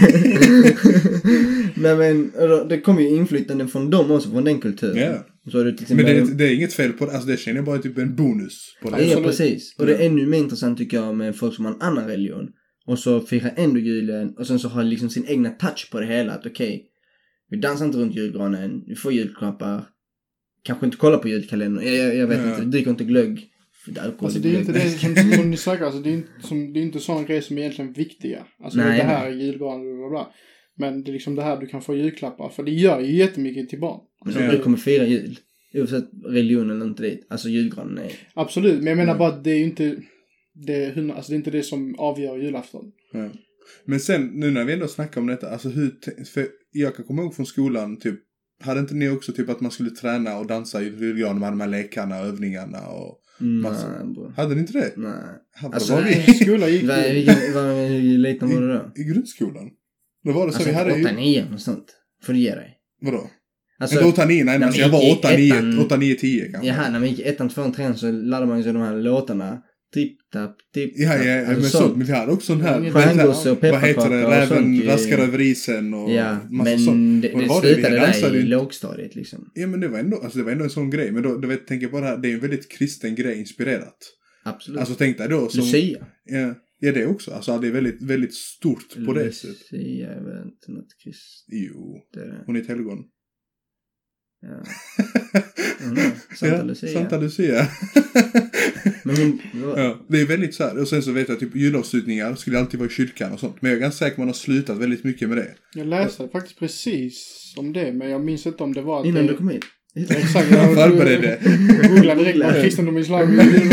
S2: Nej men, det kommer ju inflytande från dem också, från den kulturen.
S3: Yeah.
S2: Så det till
S3: men det är, det är inget fel på det, alltså det känner jag bara typ en bonus på det.
S2: Ja, ja precis. Och det är ännu mer intressant tycker jag med folk som har en annan religion. Och så firar ändå julen. Och sen så har liksom sin egna touch på det hela. Att okej, okay, vi dansar inte runt julgranen. Vi får julklappar. Kanske inte kolla på julkalendern. Jag, jag, jag vet ja. inte, vi dricker inte glögg.
S4: Det alltså det är inte det som, som ni säger, alltså det är inte, som, det är inte sådana grejer som är egentligen viktiga. Alltså nej, det här är julgran och bla bla. Men det är liksom det här du kan få julklappar. För det gör ju jättemycket till barn.
S2: Alltså ja. Du kommer fira jul. Oavsett religion eller inte det. Alltså julgranen är...
S4: Absolut, men jag menar ja. bara att det är ju inte det, alltså det är inte det som avgör julafton.
S3: Ja. Men sen, nu när vi ändå snackar om detta, alltså hur, för jag kan komma ihåg från skolan, typ, hade inte ni också typ att man skulle träna och dansa i julgranen med de här lekarna, övningarna och massa? Nej, hade ni inte det?
S2: Nej.
S3: Hade
S2: alltså,
S3: var
S2: nej,
S3: vi?
S4: Skola gick
S2: vi. Hur liten var du då?
S3: I, I grundskolan. Då var det så
S2: alltså,
S3: vi hade
S2: åtta nio och sånt. Får du ge dig?
S3: Vadå?
S2: Alltså,
S3: inte åtta nio, nej, alltså jag var åtta nio tio kanske.
S2: Jaha, när vi gick ettan, tvåan, trean så lärde man ju sig de här låtarna. Tipp, tapp, tipp,
S3: ja, ja, ja,
S2: alltså,
S3: men, så, men vi hade också den här
S2: Stjärngosse och
S3: vad heter det, räven
S2: sånt,
S3: raskar över isen och
S2: ja,
S3: massa
S2: men
S3: sånt.
S2: det, det, det slutade där i lågstadiet liksom.
S3: Ja, men det var ändå, alltså det var ändå en sån grej. Men då, du vet, tänker på det här, det är en väldigt kristen grej inspirerat.
S2: Absolut.
S3: Alltså tänk dig då som...
S2: Lucia.
S3: Ja, ja, det också. Alltså det är väldigt, väldigt stort på
S2: Lucia,
S3: det sättet.
S2: Lucia är väl inte något krist.
S3: Jo,
S2: det är det.
S3: Hon är ett helgon.
S2: Ja. Mm, Santa
S3: ja,
S2: Lucia.
S3: Santa Lucia.
S2: Men hon,
S3: ja, det är väldigt så här. Och sen så vet jag typ julavslutningar skulle alltid vara i kyrkan och sånt. Men jag är ganska säker på att man har slutat väldigt mycket med det.
S4: Jag läste ja. faktiskt precis om det. Men jag minns inte om det var att
S2: innan
S4: det...
S2: du kom hit.
S4: Exakt, jag
S3: förberedde.
S4: Jag googlade direkt vad kristendom och islam.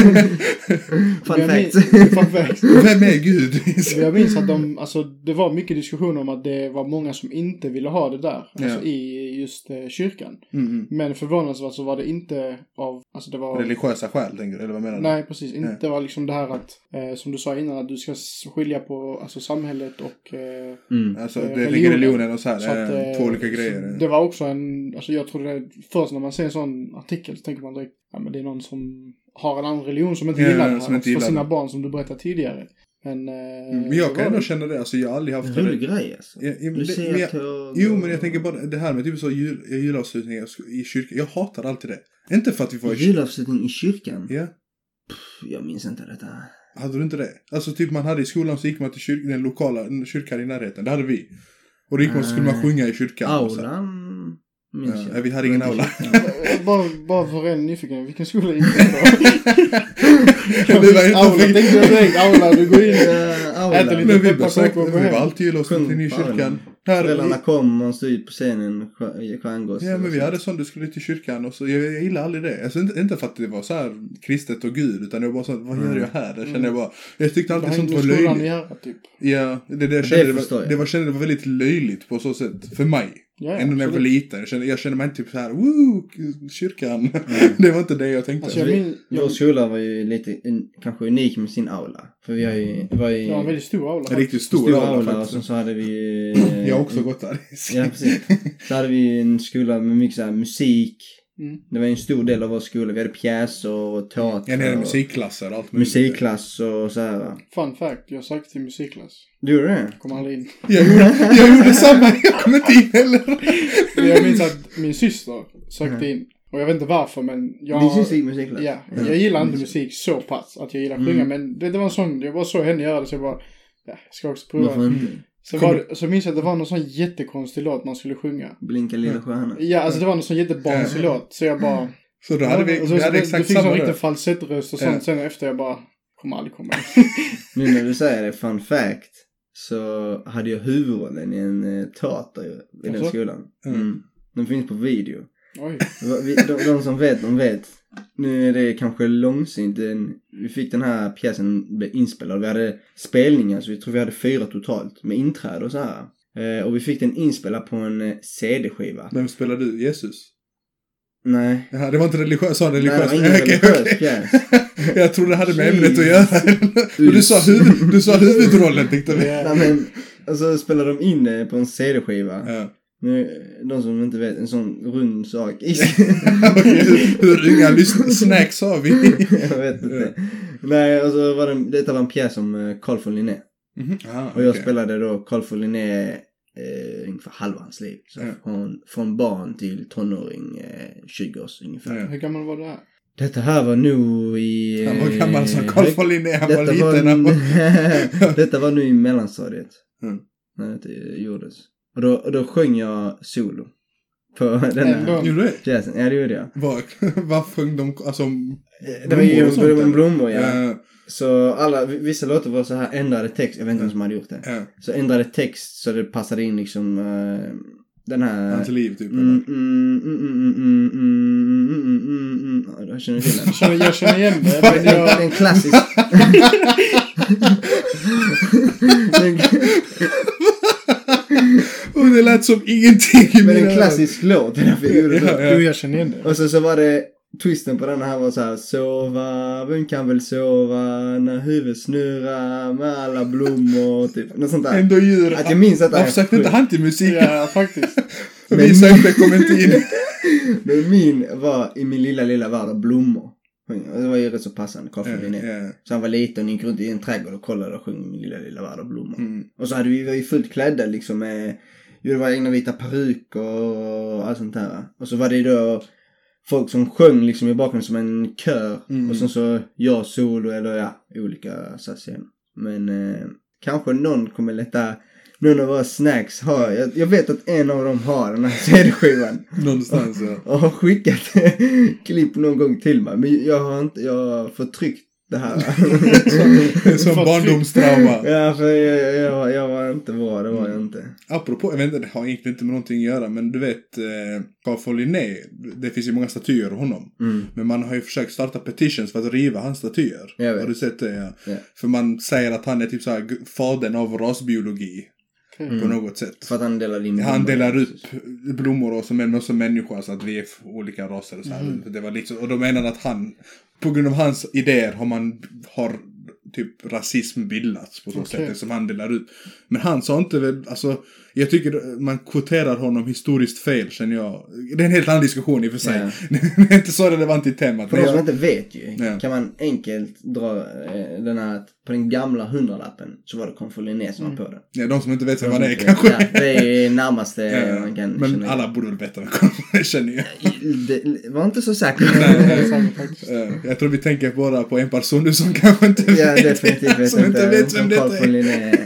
S2: Fun fact.
S4: Fun fact.
S3: Vem är Gud?
S4: Jag minns att de, alltså det var mycket diskussion om att det var många som inte ville ha det där. Alltså ja. i just uh, kyrkan.
S3: Mm-hmm.
S4: Men förvånansvärt så var det inte av, alltså det var...
S3: religiösa skäl, tänker du? Eller vad menar du?
S4: Nej, precis. Inte ja. var liksom det här att, eh, som du sa innan, att du ska skilja på alltså, samhället och eh,
S3: mm. alltså det religionen. religionen och så här. Så att, eh, två olika grejer.
S4: Det var också en, alltså jag tror det först när man ser en sån artikel så tänker man direkt, ja men det är någon som har en annan religion som inte ja, gillar det här för sina barn som du berättade tidigare. Men, eh,
S3: mm, men jag kan ändå känna det, alltså jag har aldrig haft
S2: det. En grej alltså.
S3: Ja, ja, men det, men jag, jo men jag tänker bara det här med typ så jul, julavslutningar i kyrkan, jag hatar alltid det. Inte för att vi var i kyrkan.
S2: Julavslutning i kyrkan?
S3: Ja.
S2: Pff, jag minns inte detta.
S3: Hade du inte det? Alltså typ man hade i skolan så gick man till kyrkan, den lokala kyrkan i närheten, det hade vi. Och då gick man, skulle man sjunga i kyrkan.
S2: Aulan? Minns
S3: ja, jag. Vi hade ingen aula.
S4: bara, bara för en nyfiken, vilken skola gick
S3: det då? Vi var inte
S4: aula, tänkte jag direkt, aula, du går in
S2: och
S4: äter lite pepparkakor.
S3: Vi var alltid julavslutning i kyrkan.
S2: Föräldrarna kom och stod ut på scenen i stjärngås.
S3: Ja, men vi hade sånt, du skulle till kyrkan och så, jag, jag gillar aldrig det. Alltså inte, inte för att det var så här kristet och Gud, utan det var bara så, vad gör jag här? Det kände jag bara, jag tyckte alltid sånt var löjligt.
S4: Göra, typ.
S3: Ja, det, det, jag kände, det, var, det var, kände det var väldigt löjligt på så sätt, för mig.
S4: Ja,
S3: ändå när jag var liten. Jag kände, jag kände mig inte typ så här, woo, kyrkan. Mm. Det var inte det jag tänkte.
S4: Alltså, jag min,
S2: jag... Vår skola var ju lite un, kanske unik med sin aula. För vi har ju... Var ju
S4: det var en väldigt stor aula.
S3: En riktigt stor,
S2: stor
S3: aula,
S2: aula och så, så hade vi...
S3: jag har också gått där.
S2: Ja, precis. Så hade vi en skola med mycket så här musik. Mm. Det var en stor del av vår skola. Vi hade pjäser och teater.
S3: Ja, ni hade musikklasser och allt
S2: möjligt. Musikklass och så här.
S4: Fun fact, jag sökte till musikklass.
S2: Du gjorde det?
S4: Kom aldrig in.
S3: Jag gjorde, jag gjorde samma, jag kom inte in heller.
S4: Jag minns att min syster sökte in. Och jag vet inte varför, men jag...
S2: Din syster gick musikklass?
S4: Ja, jag gillar inte musik så pass att jag gillar att sjunga. Mm. Men det, det var en sån, jag bara såg henne göra det så jag bara, ja, jag ska också prova.
S2: Mm.
S4: Så, var det, så minns jag att det var någon sån jättekonstig låt man skulle sjunga.
S2: Blinka lilla stjärna.
S4: Ja, alltså det var någon sån jättebarnsig låt. Så jag bara...
S3: Så då hade vi,
S4: ja, så,
S3: vi hade
S4: så,
S3: exakt
S4: du
S3: samma
S4: fick sån riktigt falsettröst och sånt. Ja. Sen efter jag bara, kommer aldrig komma in.
S2: Nu när du säger det, fun fact. Så hade jag huvudrollen i en uh, teater i den skolan. Mm. Mm. De finns på video.
S4: Oj.
S2: Vi, de, de som vet, de vet. Nu är det kanske långsynt. Vi fick den här pjäsen blev inspelad. Vi hade spelningar, så vi tror vi hade fyra totalt. Med inträd och så här. Eh, och vi fick den inspelad på en eh, C D-skiva.
S3: Vem spelade du? Jesus?
S2: Nej.
S3: Jaha, det var inte religiös, sa religiös.
S2: Nej, det var ingen religiös pjäs.
S3: Jag tror det hade med ämnet att göra. du, sa huvud, du sa huvudrollen, tyckte vi.
S2: Nej, men, och så spelade de in det på en C D-skiva.
S3: Ja.
S2: Nu, de som inte vet, en sån rund sak.
S3: Hur unga lyssnar, snacks har vi.
S2: Jag vet inte. Ja. Nej, och så var det, detta var en pjäs om Carl von Linné.
S3: Mm-hmm. Ah,
S2: och jag
S3: okay.
S2: spelade då Carl von Linné eh, ungefär halva hans liv. Så
S3: ja.
S2: från, från barn till tonåring, eh, tjugo år ungefär.
S3: Ja.
S4: Hur gammal var du här?
S2: Detta här var nu i...
S3: Han var gammal som Carl von Linné, han var liten.
S2: Var, detta var nu i mellanstadiet.
S3: Mm.
S2: När det gjordes. Och då, och då sjöng jag solo. På den här
S3: Gjorde du det?
S2: jazzen. Ja, det gjorde jag.
S3: Vad, vad sjöng de? Alltså,
S2: det var ju blommor, blommor, blommor ja.
S3: ja.
S2: Så alla, vissa låtar var så här ändrade text. Jag vet inte vem som hade gjort det.
S3: Ja.
S2: Så ändrade text så det passade in liksom uh, den här...
S3: Hans liv typ.
S2: Mm, mm, mm, mm, mm, mm, mm, mm, mm. Jag känner till den.
S4: Jag, jag känner igen det. Men jag...
S2: Det är en klassisk...
S3: Och det lät som ingenting.
S2: Men en klassisk låt.
S3: Ja, ja.
S4: Jo, jag känner igen det.
S2: Och så, så var det... Twisten på den här var så här: sova, vem kan väl sova när huvudet snurrar med alla blommor typ, något sånt där.
S3: Ändå djur.
S2: Att jag minns att
S3: Varför sökte inte han till musik?
S4: Ja, faktiskt.
S3: Vi sökte kom inte in.
S2: Men min var i min lilla, lilla värld av blommor. Det var ju rätt så passande, Carl von Linné.
S3: Ja, ja.
S2: Så han var liten och gick runt i en trädgård och kollade och sjöng min lilla, lilla värld av blommor.
S3: Mm.
S2: Och så hade vi, var ju fullt klädda liksom med, det var egna vita peruker och allt sånt där. Och så var det då folk som sjöng liksom i bakgrunden som en kör. Mm. Och sen så jag solo eller ja, olika så scen. Men eh, kanske någon kommer leta, någon av våra snacks har, jag, jag vet att en av dem har den här C D-skivan.
S3: Någonstans ja.
S2: Och har skickat klipp någon gång till mig. Men jag har inte, jag har förtryckt det här.
S3: Som barndomstrauma.
S2: Ja, för jag, jag, jag var inte bra, det var jag inte.
S3: Apropå, jag vet inte, det har egentligen inte med någonting att göra, men du vet, eh, Carl von Linné, det finns ju många statyer av honom. Mm. Men man har ju försökt starta petitions för att riva hans statyer. Har du sett det? Ja. Ja. För man säger att han är typ såhär fadern av rasbiologi. Mm. På något sätt.
S2: För att han delar in
S3: Han delar upp blommor och som är som människor, så att vi är olika raser och så här. Mm. Det var liksom, och då menar han att han, på grund av hans idéer har man har typ rasism bildats på så okay. sätt som han delar ut. Men han sa inte väl, alltså jag tycker man kvoterar honom historiskt fel, känner jag. Det är en helt annan diskussion i och för sig. Yeah. Det är inte så relevant i temat.
S2: För de som inte vet ju, yeah. kan man enkelt dra eh, den här, på den gamla hundralappen så var det Carl von Linné som mm. var på det.
S3: Ja, de som inte vet vem man är kanske.
S2: Ja, det är närmaste
S3: ja,
S2: man kan
S3: men
S2: känna.
S3: alla borde väl veta vad Carl von Linné känner jag.
S2: Det var inte så säkert.
S3: Nej, nej, jag tror vi tänker bara på en person nu som kanske inte vet.
S2: Ja, definitivt vet
S3: som
S2: inte,
S3: inte vet vem det
S2: är.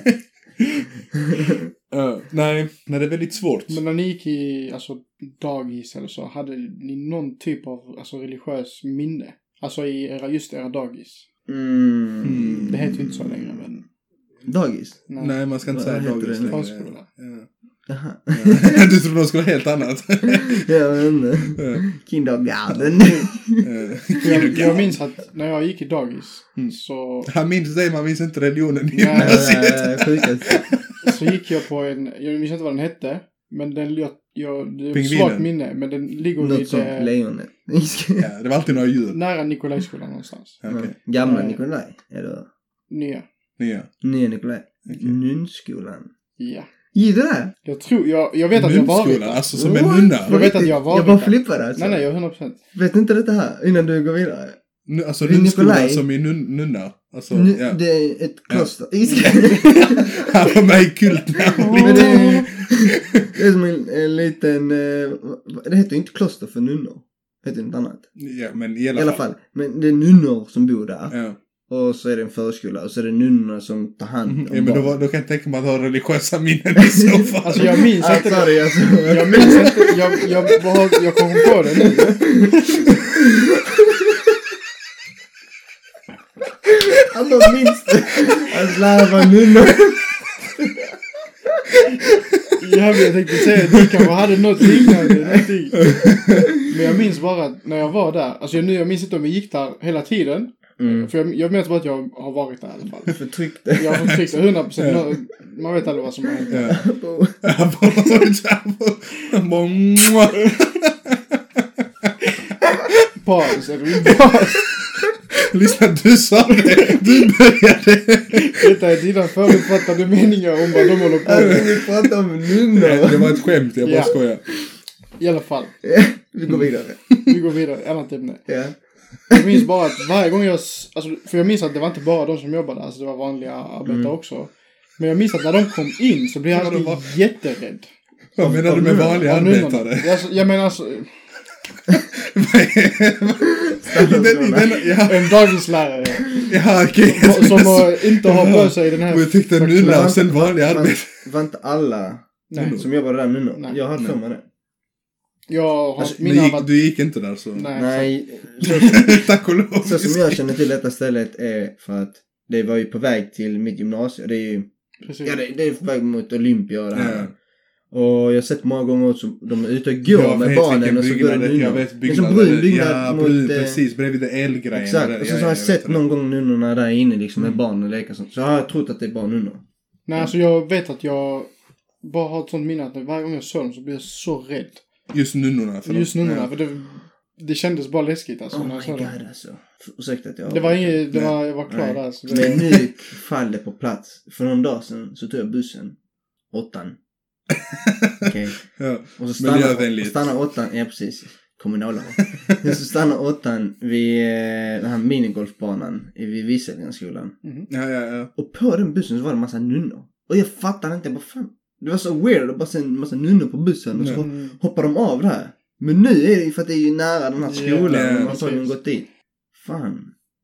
S3: Uh, nej, nej, det är väldigt svårt.
S4: Men när ni gick i alltså, dagis eller så, hade ni någon typ av alltså, religiös minne? Alltså i era, just era dagis?
S2: Mm.
S4: Mm. Det heter ju inte så längre, men...
S2: Dagis?
S3: Nej, nej man ska inte säga dagis längre.
S4: Förskola.
S3: Ja.
S2: Jaha.
S3: Du tror de skulle ha helt annat.
S2: Jag vet inte. Kindergarten.
S4: jag, jag minns att när jag gick i dagis mm. så...
S3: Han minns dig, man minns inte religionen.
S2: Nej,
S3: äh,
S4: så gick jag på en... Jag minns inte vad den hette. Men den... Jag, jag, det är ett svagt minne. Men den ligger
S2: något
S4: lite...
S2: som lejonet.
S3: Ja, det var alltid några djur.
S4: Nära Nikolajskolan någonstans.
S3: Okay.
S2: Mm. Gamla äh, Nikolaj, eller?
S4: Nya.
S3: Nya.
S2: Nya Nikolaj. Okay. Nunskolan.
S4: Ja.
S2: Gillar det?
S4: Jag tror, jag, jag vet att jag var där.
S3: Alltså som en nunna.
S4: Jag vet att jag var
S2: Jag bara flippar alltså.
S4: Nej, nej, jag är hundra procent.
S2: Vet inte det här innan du går vidare?
S3: Nu, alltså nunskolan som i nun, nunna. Alltså,
S2: N-
S3: ja.
S2: Det är ett kloster. Ja.
S3: Han var med i kulten.
S2: Men det är, det är som en, en liten... Det heter ju inte kloster för nunnor. Det heter inte annat.
S3: Ja, men i alla,
S2: I alla fall. fall. Men det är nunnor som bor där.
S3: Ja.
S2: Och så är det en förskola. Och så är det nunnorna som tar hand om
S3: mm, ja, men då, då kan jag tänka mig att ha religiösa minnen i så fall.
S4: Alltså jag minns inte
S2: ah, sorry, alltså.
S4: Jag minns inte. Jag, jag, jag, jag kom på det nu.
S2: Han bara minns det. Han slarvar nunnor.
S4: Ja, men jag tänkte säga att ni kanske hade något liknande. Någonting. Men jag minns bara att när jag var där. Alltså jag, jag minns inte om jag gick där hela tiden. Mm. För jag, jag minns bara att jag har varit där i alla fall.
S2: Förtryckt det.
S4: Jag har förtryckt det hundra procent. Ja. Man vet aldrig vad som har hänt.
S3: Ja.
S4: Paus, är det paus?
S3: Lyssna, du sa det. Du började.
S4: Detta är dina förutfattade meningar om vad de håller på med.
S2: Vi pratar om nunnor.
S3: Det var ett skämt, jag bara ja. skojar.
S4: I alla fall.
S2: Vi går vidare.
S4: Vi går vidare, annat ämne.
S2: Ja.
S4: Jag minns bara att varje gång jag... Alltså, för jag minns att det var inte bara de som jobbade. Alltså det var vanliga arbetare mm. också. Men jag minns att när de kom in så blev jag alltid var... jätterädd.
S3: Vad menar du med vanliga arbetare?
S4: Alltså, jag menar alltså...
S3: den, den, ja.
S4: En dagislärare.
S3: Ja, okej.
S4: Okay. Som uh, inte har på sig den här...
S3: Och jag tyckte nunna och sen vanlig arbete.
S2: Var inte alla
S4: Nej.
S2: som jobbade där nu?
S4: Nej.
S2: Jag hade för mig det.
S4: Jag har
S3: Alltså,
S4: mina...
S3: gick,
S4: varit...
S3: du gick inte där så.
S4: Nej.
S2: Nej.
S3: Tack och lov.
S2: Så som jag känner till detta stället är för att det var ju på väg till mitt gymnasium. Det är ju...
S4: Precis.
S2: Ja, det, det är på väg mot Olympia och det här.
S3: Ja.
S2: Och jag har sett många gånger också, de är ute och går
S3: Jag
S2: med
S3: vet
S2: barnen och så
S3: byggnad,
S2: börjar
S3: jag vet
S2: det är som brun byggnad
S3: ja,
S2: mot...
S3: brun,
S2: eh,
S3: precis, bredvid det elgrejen.
S2: Exakt,
S3: där.
S2: och så,
S3: ja,
S2: så har jag
S3: jag
S2: sett
S3: vet
S2: någon gång nunnorna där inne liksom med
S3: Mm.
S2: barn och lekar sånt. Så har jag trott att det är bara nunnor.
S4: Nej, alltså jag vet att jag bara har ett sånt minne att varje gång jag såg dem så blir jag så rädd.
S3: Just nunnorna. För
S4: Just nunnorna,
S3: ja.
S4: för det, det kändes bara läskigt alltså.
S2: Oh
S4: när
S2: my
S4: jag såg
S2: god
S4: dem.
S2: alltså. Ursäkta att jag...
S4: Det var inget, det
S3: Nej.
S4: var, jag var klar
S2: Nej.
S4: där. Så det,
S2: Men nu faller på plats. För någon dag sedan så tog jag bussen. Åttan. Okej.
S3: Ja.
S2: Och så
S3: Miljövänligt.
S2: stannar, stannar åttan, ja precis. Kommunala. Så stannar åttan vid eh, den här minigolfbanan vid Viselgrenskolan.
S4: mm.
S3: Ja, ja, ja.
S2: Och på den bussen så var det en massa nunnor. Och jag fattade inte, vad fan. Det var så weird att bara se en massa nunnor på bussen och så
S4: Mm.
S2: hoppar de av där. Men nu är det ju för att det är ju nära den här skolan
S3: Ja, ja,
S2: och man har ju
S4: precis.
S2: gått dit. Fan.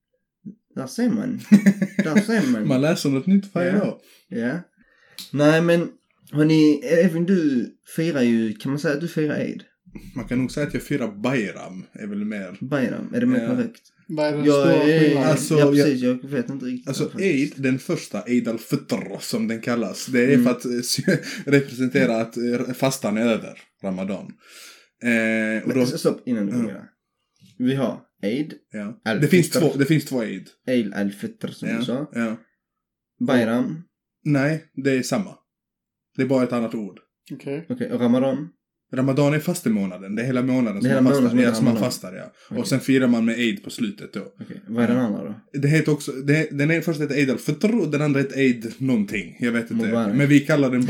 S2: Där ser man. Där ser man.
S3: Man läser något nytt varje
S2: Ja.
S3: dag.
S2: Ja. Nej men, hörni, även du firar ju, kan man säga att du firar Eid?
S3: Man kan nog säga att jag firar Bayram. Är väl mer.
S2: Bayram, är det mer
S3: Ja.
S2: korrekt?
S4: Vad är den
S2: Jag
S4: stora
S2: är,
S4: skillnaden?
S3: Alltså,
S2: ja precis, jag vet inte riktigt.
S3: Alltså
S2: faktiskt.
S3: Eid, den första Eid al-Fitr som den kallas. Det är
S2: Mm.
S3: för att eh, representera att eh, fastan är över Ramadan. Eh, och
S2: Men,
S3: då,
S2: stopp innan du
S3: Ja.
S2: börjar. Vi har Eid,
S3: ja.
S2: Al-Fitr.
S3: det, finns två, det finns två Eid.
S2: Eid al-Fitr som du
S3: Ja,
S2: sa.
S3: ja.
S2: Bayram,
S3: Nej, det är samma. Det är bara ett annat ord.
S4: Okej.
S2: okej, och Ramadan.
S3: Ramadan är fastemånaden. Det är hela månaden
S2: Det
S3: som
S2: är
S3: man
S2: hela
S3: fastar.
S2: månaden som
S3: Ja,
S2: heter
S3: som man
S2: Ramadan.
S3: fastar, ja.
S2: Okej.
S3: Och sen firar man med Eid på slutet då.
S2: Okej, vad är den andra då?
S3: Det heter också, det, den är först heter Eid al-Fitr och den andra heter Eid någonting. Jag vet inte.
S2: Mubarak.
S3: Men vi kallar den...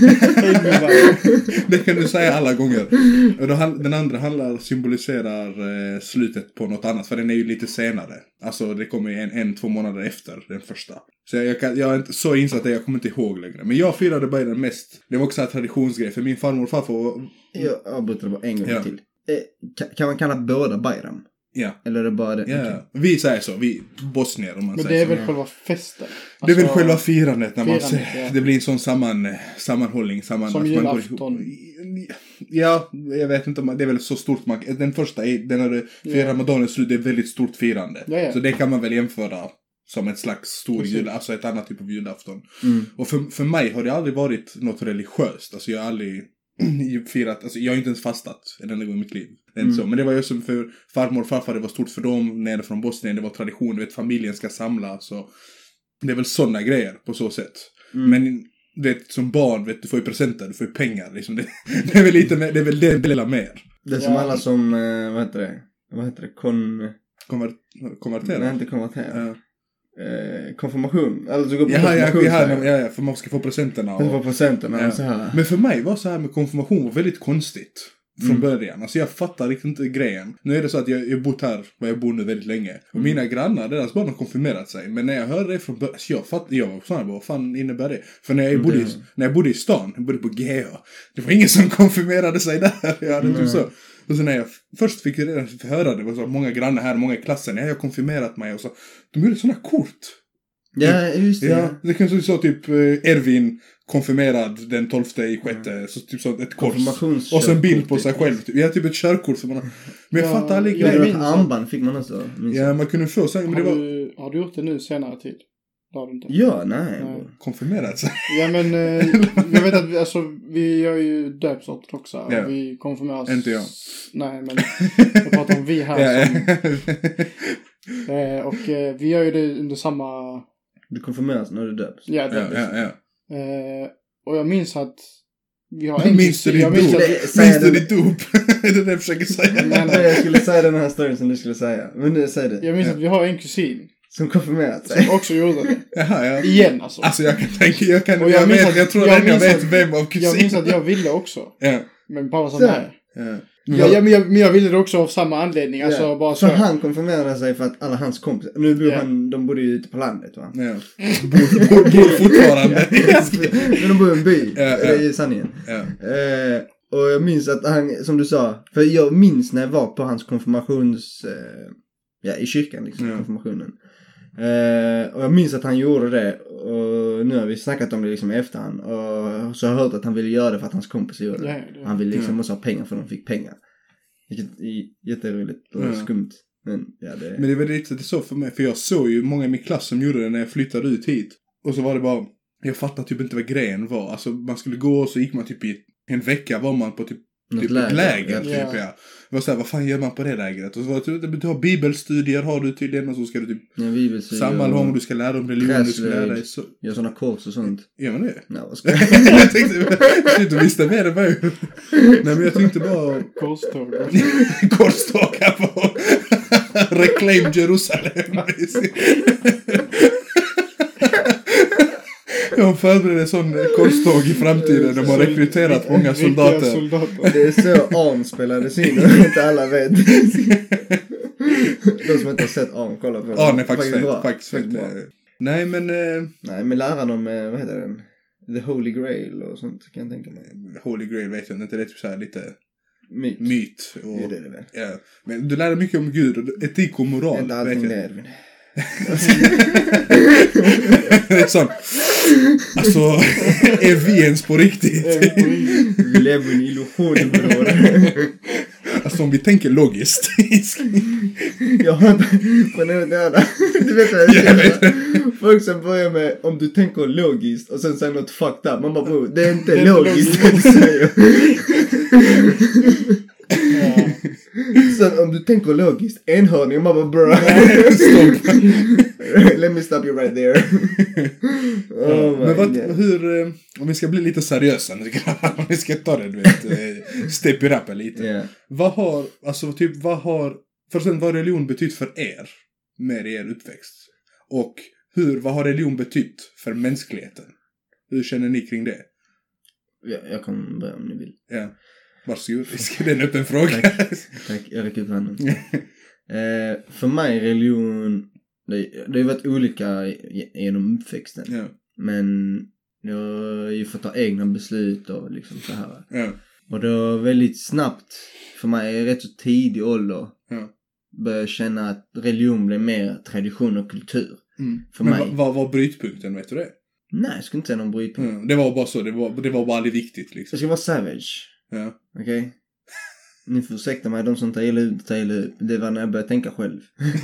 S3: det kan du säga alla gånger. Och då, han- den andra handlar, symboliserar eh, slutet på något annat. För den är ju lite senare. Alltså det kommer en, en två månader efter den första. Så jag, jag, kan, jag är inte så insatt att jag kommer inte ihåg längre. Men jag firade bara den mest. Det var också en traditionsgrej. För min farmor och farfar var...
S2: Jag avbryter det bara en gång
S3: Ja.
S2: till. Eh, kan, kan man kalla båda Bayram?
S3: Ja.
S2: Eller är det bara det?
S3: Ja,
S2: Okej.
S3: vi säger så. Vi bosnier om man
S4: Men det
S3: säger
S4: är
S3: så.
S4: väl själva festen?
S3: Det är väl
S4: Alltså,
S3: själva firandet när man
S4: firandet,
S3: ser,
S4: ja.
S3: det blir en sån samman, sammanhållning. Samman,
S4: Som
S3: att man går
S4: julafton.
S3: ihop. Ja, jag vet inte om man, det är väl så stort man, den första är, den är, för
S4: Ja.
S3: Ramadanens slut, det är väldigt stort firande.
S4: Ja, ja.
S3: Så det kan man väl jämföra som ett slags stor
S4: Precis.
S3: jul, alltså ett annat typ av julafton.
S2: Mm.
S3: Och för, för mig har det aldrig varit något religiöst, alltså jag har aldrig firat, alltså jag har inte ens fastat en enda gång i mitt liv. Det är inte
S2: Mm.
S3: så. Men det var ju som för farmor och farfar, det var stort för dem nere från Bosnien, det var tradition, du vet familjen ska samla, så det är väl sådana grejer på så sätt.
S2: Mm.
S3: Men du vet, som barn, vet, du får ju presenter, du får ju pengar liksom. det, det är väl lite mer, det är väl det dela mer.
S2: Det är som
S4: Ja.
S2: alla som, eh, vad heter det? Vad heter det? Kon...
S3: Konver, konvertera.
S2: Nej, inte konvertera.
S3: Ja.
S2: Eh, konfirmation. Alltså gå på
S3: Ja, ja,
S2: konfirmation.
S3: ja,
S2: så här.
S3: ja, ja, för man ska få presenterna.
S2: Och...
S3: Och,
S2: på presenterna
S3: Ja.
S2: och så här.
S3: men för mig var så här med konfirmation var väldigt konstigt. Från
S2: Mm.
S3: början. Alltså jag fattar riktigt inte grejen. Nu är det så att jag har bott här, var jag bor nu väldigt länge. Och
S2: Mm.
S3: mina grannar, deras barn har konfirmerat sig. Men när jag hörde det från början, så jag fattar, jag var sån här, vad fan innebär det? För när jag,
S2: Mm,
S3: bodde, i,
S2: det-
S3: när jag bodde i stan, jag bodde på G H. Det var ingen som konfirmerade sig där. Jag hade
S2: Mm.
S3: typ så. Och så när jag först fick jag redan höra det, var så många grannar här, många i klassen. Jag har konfirmerat mig och så. De gjorde såna kort.
S2: Ja, just det.
S3: Ja, det kan så typ eh, Ervin konfirmerad den tolfte i sjätte, så typ så ett kors.
S2: Konfirmations-
S3: Och så en bild på sig
S2: körkort,
S3: själv. Typ. Ja, typ ett körkort som man har. Men jag
S4: Ja,
S3: fattar aldrig.
S2: Ja,
S4: jag
S2: det var
S4: minns
S2: ett
S4: att-
S2: armband fick man också. minns
S3: Ja,
S2: jag.
S3: man kunde få så, men det
S4: Har
S3: var
S4: du, har du gjort det nu senare tid? Det har du inte.
S2: Ja, nej.
S4: Nej.
S3: konfirmerat sig.
S4: Ja men eh, jag vet att vi, alltså, vi gör ju döpsortodoxa.
S3: Ja.
S4: Vi konfirmeras.
S3: Inte jag.
S4: Nej men jag pratar om vi här.
S3: Ja,
S4: Som, eh, och eh, vi gör ju det under samma...
S2: Du konfirmeras när du döps.
S4: Ja,
S3: ja,
S4: döps.
S3: ja, ja.
S4: Eh, och jag minns att vi har en
S3: Minns du
S4: kusin- jag
S3: ditt
S4: minns
S3: dop?
S4: att,
S2: Det- säg
S3: Minns du
S2: det-
S3: ditt dop? Är det det jag försöker säga?
S4: Nej, nej.
S2: Jag skulle säga den här storyn som du skulle säga. Men nu säg det.
S4: jag minns
S3: Ja.
S4: att vi har en kusin
S2: Som konfirmerat sig.
S4: som också gjorde det.
S3: Jaha, ja.
S4: Igen alltså.
S3: Alltså jag kan tänka, jag kan,
S4: Och
S3: jag,
S4: jag minns
S3: vet,
S4: att-
S3: jag tror
S4: jag
S3: redan jag
S4: minns
S3: vet
S4: att-
S3: vem av kusinerna.
S4: Jag minns att jag ville också.
S3: Ja,
S4: Men pappa sa
S2: Så.
S4: nej.
S3: ja.
S4: Ja, ja, men, jag, men jag ville det också av samma anledning. Alltså
S2: Ja.
S4: bara
S2: så
S4: så.
S2: han konfirmerade sig för att alla hans kompisar. Nu bor
S4: Ja.
S2: han, de bodde ju ute på landet va?
S3: Ja. Bor, bor, bor fortfarande.
S2: Men de bor i en by.
S3: Ja, ja.
S2: Det är ju sanningen.
S3: Ja.
S2: Eh, Och jag minns att han, som du sa, för jag minns när jag var på hans konfirmations, eh, ja i kyrkan liksom, ja. konfirmationen. Eh, och jag minns att han gjorde det, och nu har vi snackat om det liksom i efterhand. Och så har jag hört att han ville göra det för att hans kompis gjorde det. Ja, det han ville liksom ja. också ha pengar för att de fick pengar. Vilket är jätteroligt och ja. skumt. Men, ja, det...
S3: Men det var riktigt så för mig, för jag såg ju många i min klass som gjorde det när jag flyttade ut hit. Och så var det bara, jag fattade typ inte vad grejen var. Alltså man skulle gå och så gick man typ i en vecka var man på typ, typ läger, ett läger. Typ, ja. Ja. Det var såhär, vad fan gör man på det lägret? Och så var det typ, du har bibelstudier, har du tydligen, och så ska du typ
S2: ja,
S3: sammanhång, du ska lära om religion, du ska lära dig så.
S2: Gör sådana kors och sånt.
S3: Gör man det?
S2: Nej, vad ska jag?
S3: Jag tänkte, du visste mer än mig. Nej, men jag tänkte bara
S4: korståg.
S3: Korståg här på Reclaim Jerusalem. Jag förbereder en sån korståg i framtiden. De har rekryterat många soldater.
S2: soldater. Det är så Arn spelades in och inte alla vet. De som inte har sett Arn, kolla på det.
S3: Arn är faktiskt fett. Faktiskt fett. Nej, men... Eh...
S2: Nej, men läran om, vad heter den? The Holy Grail och sånt kan jag tänka mig.
S3: Holy Grail vet jag inte. Det är typ så här lite...
S2: Myt.
S3: Myt. Och,
S2: ja, det är det väl.
S3: Ja. Men du lär dig mycket om Gud och etik och moral.
S2: Inte allting det, men...
S3: Det är sånt. Alltså, är vi ens på riktigt?
S2: Vi lever i en illusion, bror.
S3: Alltså om vi tänker logiskt.
S2: Jag har inte på något annat. Du vet vad jag säger? Folk som börjar med om du tänker logiskt och sen säger något fucked up. Man bara, bro, det är inte det är logiskt det du säger. Ja. Sen om du tänker logiskt, enhörning, man bara, bro. Let me stop you right there. Oh
S3: men vad, hur, om vi ska bli lite seriösa nu, om vi ska ta det, du vet, step it up lite. Yeah. Vad har, alltså typ, vad har, först vad har religion betytt för er med er uppväxt? Och hur, vad har religion betytt för mänskligheten? Hur känner ni kring det?
S2: Ja, jag kan börja om ni vill.
S3: Ja. Varsågod, det är en öppen fråga.
S2: Tack, tack. Jag räcker upp handen. eh, för mig religion, det, det har varit olika genom uppväxten. Ja. Men jag har ju fått ta egna beslut och liksom så här. Ja. Och det var väldigt snabbt, för mig rätt så tidig ålder, ja. Började känna att religion blev mer tradition och kultur. Mm. För
S3: men
S2: mig.
S3: Vad, vad var brytpunkten, vet du det?
S2: Nej, jag skulle inte säga någon brytpunkt.
S3: Mm, det var bara så, det var, det var bara aldrig viktigt liksom.
S2: Jag ska vara savage. Ja. Okej. Okay. Ni får ursäkta mig, de som tar illa ut, tar illa ut. Det var när jag började tänka själv.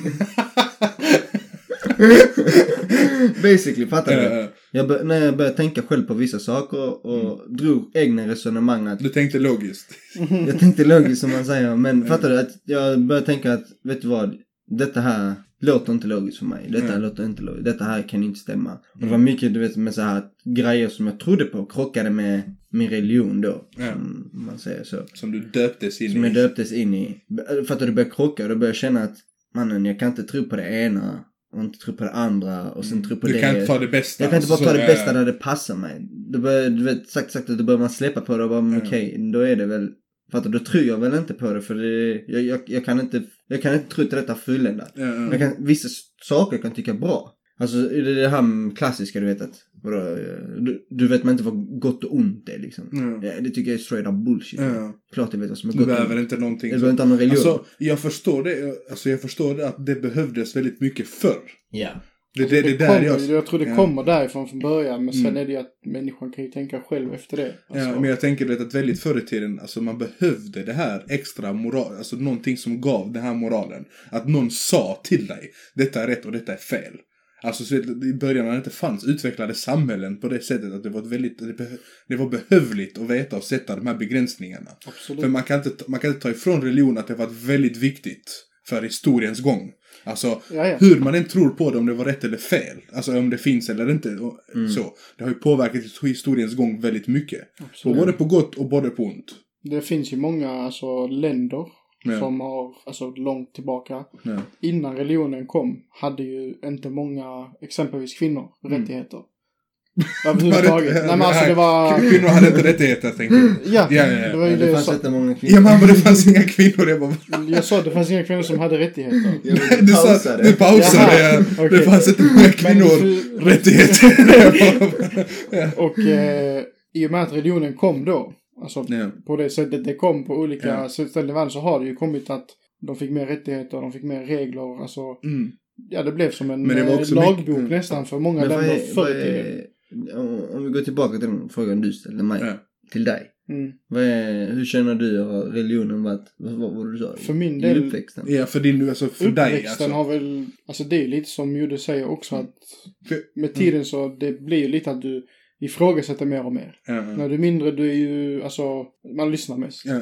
S2: Basically, fattar du? Ja, ja. Jag bör, när jag började tänka själv på vissa saker och mm. drog egna resonemang. Att,
S3: du tänkte logiskt.
S2: Jag tänkte logiskt som man säger. Men ja. Fattar du att jag började tänka att, vet du vad? Detta här låter inte logiskt för mig. Detta mm. låter inte logiskt. Detta här kan inte stämma. Mm. Och det var mycket, du vet, med så här grejer som jag trodde på krockade med min religion då. Ja. Som man säger så.
S3: Som du döptes in
S2: som i. Som jag döptes in i. För att du började krocka och du började känna att mannen, jag kan inte tro på det ena och inte tro på det andra och sen tro på
S3: du
S2: det.
S3: Du kan inte ta det bästa.
S2: Jag kan inte bara ta det bästa där det passar mig. Du, börjar, du vet, sagt sagt att då börjar man släppa på det och bara, mm. okej, okay, då är det väl. För att då tror jag väl inte på det, för det, jag, jag, jag kan inte jag kan inte tro till detta fulländat. Ja, ja. Men kan, vissa saker kan tycka bra. Alltså det är det här klassiska, du vet att vadå, du, du vet man inte vad gott och ont är liksom. Ja. Ja, det tycker jag är straight up bullshit. Ja. Klart jag vet vad som är gott.
S3: Du behöver inte någonting.
S2: Jag behöver inte ha någon religion.
S3: Alltså jag förstår det, alltså jag förstår det att det behövdes väldigt mycket förr.
S2: Ja.
S3: Det, det, det, det
S4: där
S3: kommer,
S4: jag, jag tror det ja. kommer därifrån från början. Men sen mm. är det ju att människan kan ju tänka själv efter det.
S3: Alltså. Ja, men jag tänker det att väldigt förr i tiden, alltså man behövde det här extra moral, alltså någonting som gav den här moralen. Att någon sa till dig, detta är rätt och detta är fel. Alltså så i början när det inte fanns utvecklade samhällen på det sättet att det var ett väldigt, det, be, det var behövligt att veta och sätta de här begränsningarna.
S4: Absolut.
S3: För man kan inte, man kan inte ta ifrån religion att det var väldigt viktigt för historiens gång. Alltså, Jaja. hur man än tror på det, om det var rätt eller fel. Alltså om det finns eller inte. Mm. Så. Det har ju påverkat historiens gång väldigt mycket. Absolut. Både på gott och både på ont.
S4: Det finns ju många alltså, länder ja. som har, alltså långt tillbaka. Ja. Innan religionen kom, hade ju inte många, exempelvis kvinnor, mm. rättigheter. Överhuvudtaget. Nej men alltså det var...
S3: Kvinnor hade inte rättigheter, tänkte jag.
S4: Ja, ja, ja, ja. Det var ju
S2: det,
S4: det
S2: fanns
S4: så...
S2: inte många kvinnor.
S3: Ja men det fanns inga kvinnor. Jag, bara...
S4: jag sa det fanns inga kvinnor som hade rättigheter.
S2: Ja, du pausade.
S3: Du pausade, ja. Okay. Det fanns inte många kvinnor men, rättigheter.
S4: ja. Och eh, i och med att religionen kom då, Alltså
S3: Ja.
S4: på det sättet det kom på olika
S3: Ja.
S4: ställen i världen, så har det ju kommit att de fick mer rättigheter, de fick mer regler, alltså
S3: Mm.
S4: ja, det blev som en
S3: Men det var
S4: eh,
S3: också
S4: lagbok
S3: mycket-
S4: nästan för många
S2: Men vad
S4: länder
S2: är,
S4: förr
S2: vad
S4: i tiden.
S2: är, om, om vi går tillbaka till den frågan du ställde mig,
S3: Ja.
S2: till dig.
S4: Mm.
S2: Vad är, hur känner du har religionen varit, vad vad var det du sa?
S4: För min
S2: I
S4: del-
S2: uppväxten?
S3: Ja, för din, alltså för dig
S4: Uppväxten
S3: alltså.
S4: har väl, alltså det är lite som Jude säger också, att
S3: För-
S4: med tiden så det blir ju lite att du ifrågasätter mer och mer.
S3: Ja,
S4: När
S3: ja.
S4: du är mindre, du är ju, alltså, man lyssnar mest.
S3: Ja,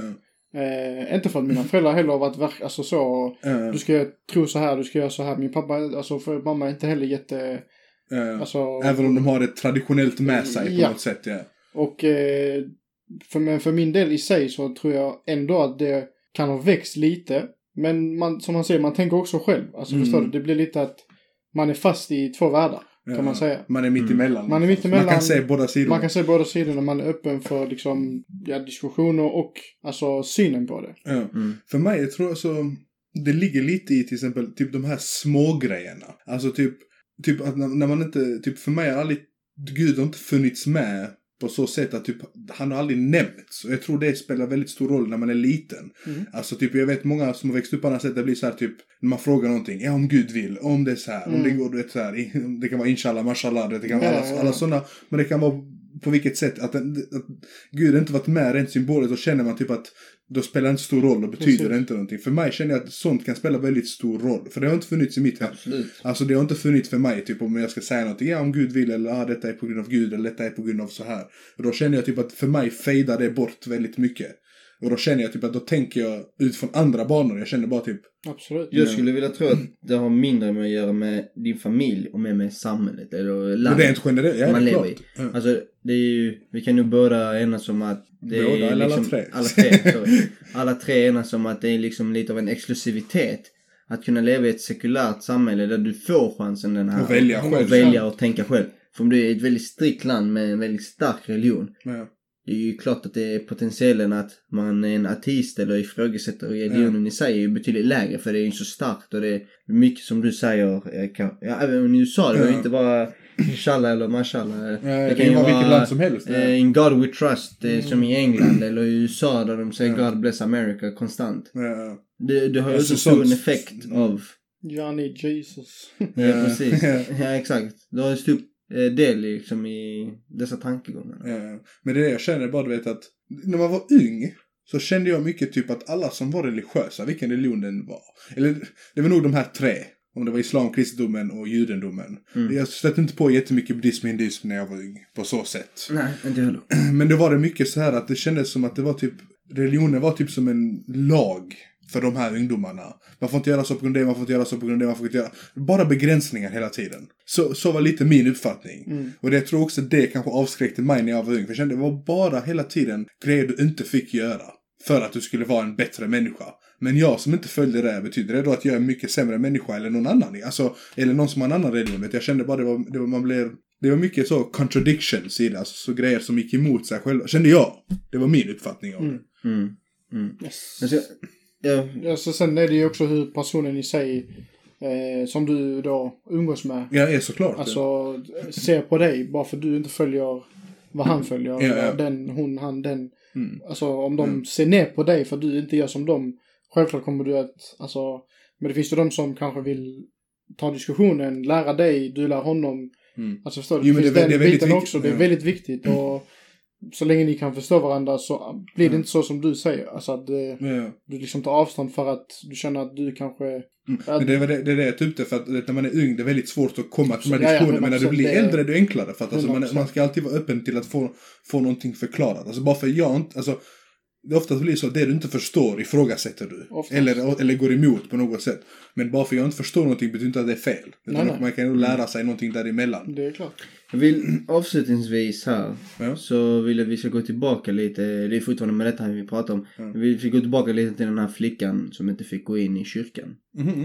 S4: Eh, inte för att mina föräldrar heller har varit verk, alltså så,
S3: ja,
S4: du ska tro så här, du ska göra så här. Min pappa, alltså för mamma är inte heller jätte,
S3: ja.
S4: alltså.
S3: Även om de har det traditionellt med sig på
S4: Ja.
S3: något sätt, ja.
S4: Och eh, för, men för min del i sig så tror jag ändå att det kan ha växt lite. Men man, som man säger, man tänker också själv. Alltså
S3: Mm.
S4: förstår du, det blir lite att man är fast i två världar.
S3: Ja.
S4: Kan man säga.
S3: Man är mitt
S2: Mm.
S3: emellan.
S4: Man är mitt emellan.
S3: Man kan se båda sidorna.
S4: Man kan se båda sidorna, man är öppen för liksom, ja, diskussioner och alltså synen på det.
S3: Ja.
S2: Mm.
S3: För mig, jag tror alltså, det ligger lite i till exempel typ de här små grejerna. Alltså typ, typ att när, när man inte, typ för mig har aldrig, Gud har inte funnits med på så sätt att typ, han har aldrig nämnts. Och jag tror det spelar väldigt stor roll när man är liten.
S4: Mm.
S3: Alltså typ, jag vet många som har växt upp på annat sätt, det blir så här typ, när man frågar någonting, ja om Gud vill, om det är så här, om
S4: Mm.
S3: det går, du vet så här, i- det kan vara inshallah, mashallah, det kan vara
S4: Ja,
S3: alla,
S4: ja, ja.
S3: alla sådana, men det kan vara på vilket sätt, att, att Gud inte varit med rent symboliskt, då känner man typ att då spelar det inte stor roll och betyder
S4: Precis.
S3: det inte någonting. För mig känner jag att sånt kan spela väldigt stor roll, för det har inte funnits i mitt hem.
S2: Absolut.
S3: Alltså det har inte funnits för mig, typ om jag ska säga någonting, ja om Gud vill, eller ah, detta är på grund av Gud, eller detta är på grund av så här. Och då känner jag typ att för mig fejdar det bort väldigt mycket. Och då känner jag typ att då tänker jag utifrån andra banor, jag känner bara typ,
S4: Absolut.
S2: Jag skulle vilja tro att det har mindre med att göra med din familj och mer med samhället eller landet.
S3: men det är inte generellt, ja,
S2: man
S3: det är
S2: lever i.
S3: klart. Ja.
S2: Alltså det är ju, vi kan ju båda enas om att det är
S3: Båda eller alla
S2: liksom,
S3: tre?
S2: alla tre, sorry. Alla tre enas om att det är liksom lite av en exklusivitet att kunna leva i ett sekulärt samhälle där du får chansen den här
S3: Och välja
S2: och,
S3: själv.
S2: och välja och tänka själv. För om du är i ett väldigt strikt land med en väldigt stark religion,
S3: Ja.
S2: det är ju klart att det är potentialen att man är en ateist eller ifrågasätter religionen i sig är ju betydligt lägre, för det är ju så starkt och det är mycket som du säger, eh, kan, ja, även i U S A, det
S3: Ja.
S2: var ju inte bara inshallah eller mashallah.
S3: det kan vara vilket land som helst, ja.
S2: eh, In God We Trust, eh, som i England eller i U S A där de säger
S3: Ja.
S2: God Bless America konstant.
S3: Ja.
S2: Det, det har ju
S3: Alltså
S2: också stor en
S3: sånt-
S2: effekt
S3: mm.
S2: av,
S4: Johnny Jesus.
S2: ja,
S3: Ja.
S2: precis,
S3: Ja.
S2: ja exakt. Det har ju stor eh, del liksom i dessa tankegångar.
S3: Ja, men det är det jag känner bara, du vet att när man var ung så kände jag mycket typ att alla som var religiösa, vilken religion den var, eller det var nog de här tre, om det var islam, kristendomen och judendomen.
S2: Mm.
S3: Jag stötte inte på jättemycket buddhism och hinduism när jag var ung, på så sätt.
S2: Nej, inte heller.
S3: Men då var det mycket så här att det kändes som att det var typ, religionen var typ som en lag för de här ungdomarna. Man får inte göra så på grund av det, man får inte göra så på grund av det, man får inte göra... Bara begränsningar hela tiden. Så, så var lite min uppfattning.
S4: Mm.
S3: Och det, jag tror också det kanske avskräckte mig när jag var ung. För jag kände det var bara hela tiden grejer du inte fick göra. För att du skulle vara en bättre människa. Men jag som inte följde det, betyder det då att jag är en mycket sämre människa eller någon annan? Alltså, eller någon som har en annan religion. Jag kände bara det var, det var man blev... Det var mycket så contradictions i det. Alltså så grejer som gick emot sig själva. Kände jag. Det var min uppfattning av det.
S4: Mm.
S2: Mm. Mm.
S4: Yes.
S2: Alltså, ja,
S4: Ja, så sen är det ju också hur personen i sig, eh, som du då umgås med,
S3: Ja, är såklart.
S4: alltså ser på dig, bara för du inte följer vad han följer.
S3: Ja, ja.
S4: Eller den, hon, han, den.
S3: Mm.
S4: Alltså om de
S3: Mm.
S4: ser ner på dig för att du inte gör som dem, självklart kommer du att, alltså, men det finns ju de som kanske vill ta diskussionen, lära dig, du lär honom.
S3: Mm.
S4: Alltså förstår du,
S3: Jo,
S4: det
S3: men
S4: finns
S3: det är-
S4: den
S3: det är väldigt
S4: biten
S3: viktigt,
S4: också, det är
S3: ja.
S4: väldigt viktigt, och så länge ni kan förstå varandra så blir det
S3: Ja.
S4: inte så som du säger, alltså att det,
S3: Ja.
S4: du liksom tar avstånd för att du känner att du kanske...
S3: Mm.
S4: Ja,
S3: Men det är det, det är det jag är ute för att vet, när man är ung det är väldigt svårt att komma till de här
S4: Ja, ja,
S3: diskussionerna. Men när du
S4: hundra
S3: blir
S4: procent, det-
S3: äldre det är enklare. För att alltså, man,
S4: hundra procent.
S3: man ska alltid vara öppen till att få, få någonting förklarat. Alltså bara för jag inte, alltså det ofta blir så att det du inte förstår ifrågasätter du.
S4: Oftast.
S3: Eller, eller går emot på något sätt. Men bara för jag inte förstår någonting betyder inte att det är fel. Utan
S4: Nej, nej.
S3: att man kan nog lära sig någonting däremellan.
S4: Det är klart.
S2: jag vill avslutningsvis här
S3: Ja.
S2: så vill jag att vi ska gå tillbaka lite, det är fortfarande med detta vi pratar om.
S3: Ja.
S2: Vi fick gå tillbaka lite till den här flickan som inte fick gå in i kyrkan.
S3: Mhm.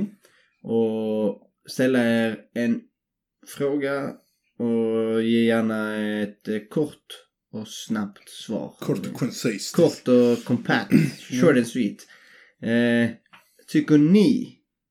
S2: Och ställa er en fråga och ge gärna ett eh, kort och snabbt svar.
S3: Kort och koncist.
S2: Kort och compact. Short and sweet. Eh, tycker ni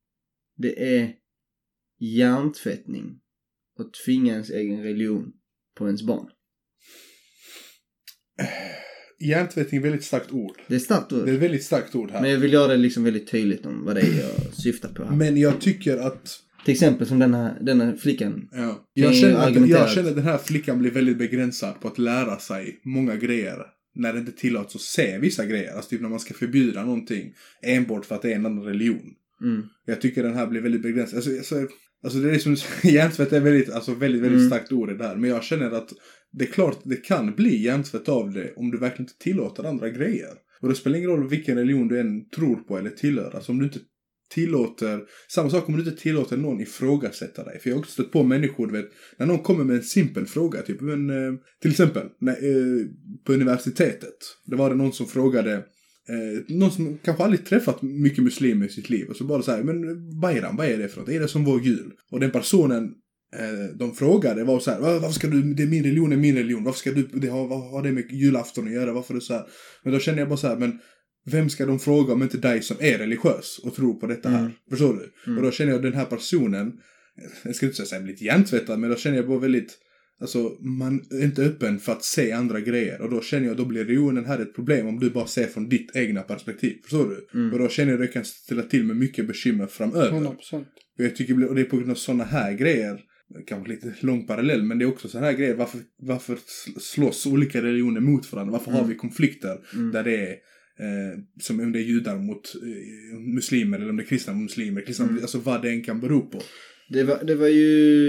S2: det är hjärntvättning att tvinga ens egen religion på ens barn?
S3: hjärntvättning är väldigt starkt ord.
S2: Det är starkt ord.
S3: Det är ett väldigt starkt ord här.
S2: Men jag vill göra det liksom väldigt tydligt om vad det är jag syftar på här.
S3: Men jag tycker att...
S2: Till exempel som den här, den här flickan.
S3: Ja. Jag, känner att, jag känner att den här flickan blir väldigt begränsad på att lära sig många grejer. När det inte tillåts att se vissa grejer. Alltså typ när man ska förbjuda någonting. Enbart för att det är en annan religion.
S2: Mm.
S3: Jag tycker den här blir väldigt begränsad. Alltså, alltså, alltså det är som... Hjärntvätt är väldigt, alltså väldigt, väldigt mm. starkt ord i det här. Men jag känner att det är klart det kan bli hjärntvätt av det. Om du verkligen inte tillåter andra grejer. Och det spelar ingen roll vilken religion du än tror på eller tillhör. Alltså om du inte tillåter, samma sak om du inte tillåter någon ifrågasätta dig. För jag har också stött på människor, vet, när någon kommer med en simpel fråga, typ, men, eh, till exempel, när, eh, på universitetet, det var det någon som frågade, eh, någon som kanske aldrig träffat mycket muslimer i sitt liv, och så bara så här, men Bayram, vad är det för något? Är det som vår jul? Och den personen eh, de frågade var så här, varför ska du, det är min religion, är min religion, varför ska du, det har, vad har det med julafton att göra, varför är det så här? Men då känner jag bara så här, men vem ska de fråga om inte dig som är religiös och tror på detta här? Mm. Förstår du? Mm. Och då känner jag den här personen, jag ska inte säga lite hjärntvättad, men då känner jag bara väldigt, alltså man är inte öppen för att se andra grejer. Och då känner jag, då blir religionen här ett problem om du bara ser från ditt egna perspektiv. Förstår du? Mm. Och då känner jag att det kan ställa till med mycket bekymmer framöver.
S4: hundra procent.
S3: Och jag tycker, och det är på grund av sådana här grejer, kanske lite lång parallell, men det är också sådana här grejer, varför, varför slåss olika religioner mot varandra? Varför mm. har vi konflikter mm. där det är Eh, som om det är judar mot eh, muslimer eller om det är kristna mot muslimer, kristna, mm. alltså vad det än kan bero på.
S2: Det var, det var ju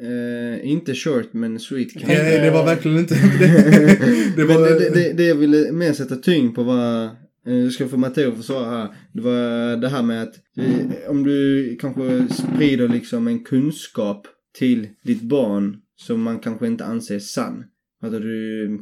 S2: eh, inte short men sweet.
S3: Nej, ja, det var verkligen inte det,
S2: det, var, det, det, det jag ville mer sätta tyngd på var, eh, du ska få Matteo få svara här, det var det här med att eh, om du kanske sprider liksom en kunskap till ditt barn som man kanske inte anser sann. Alltså du,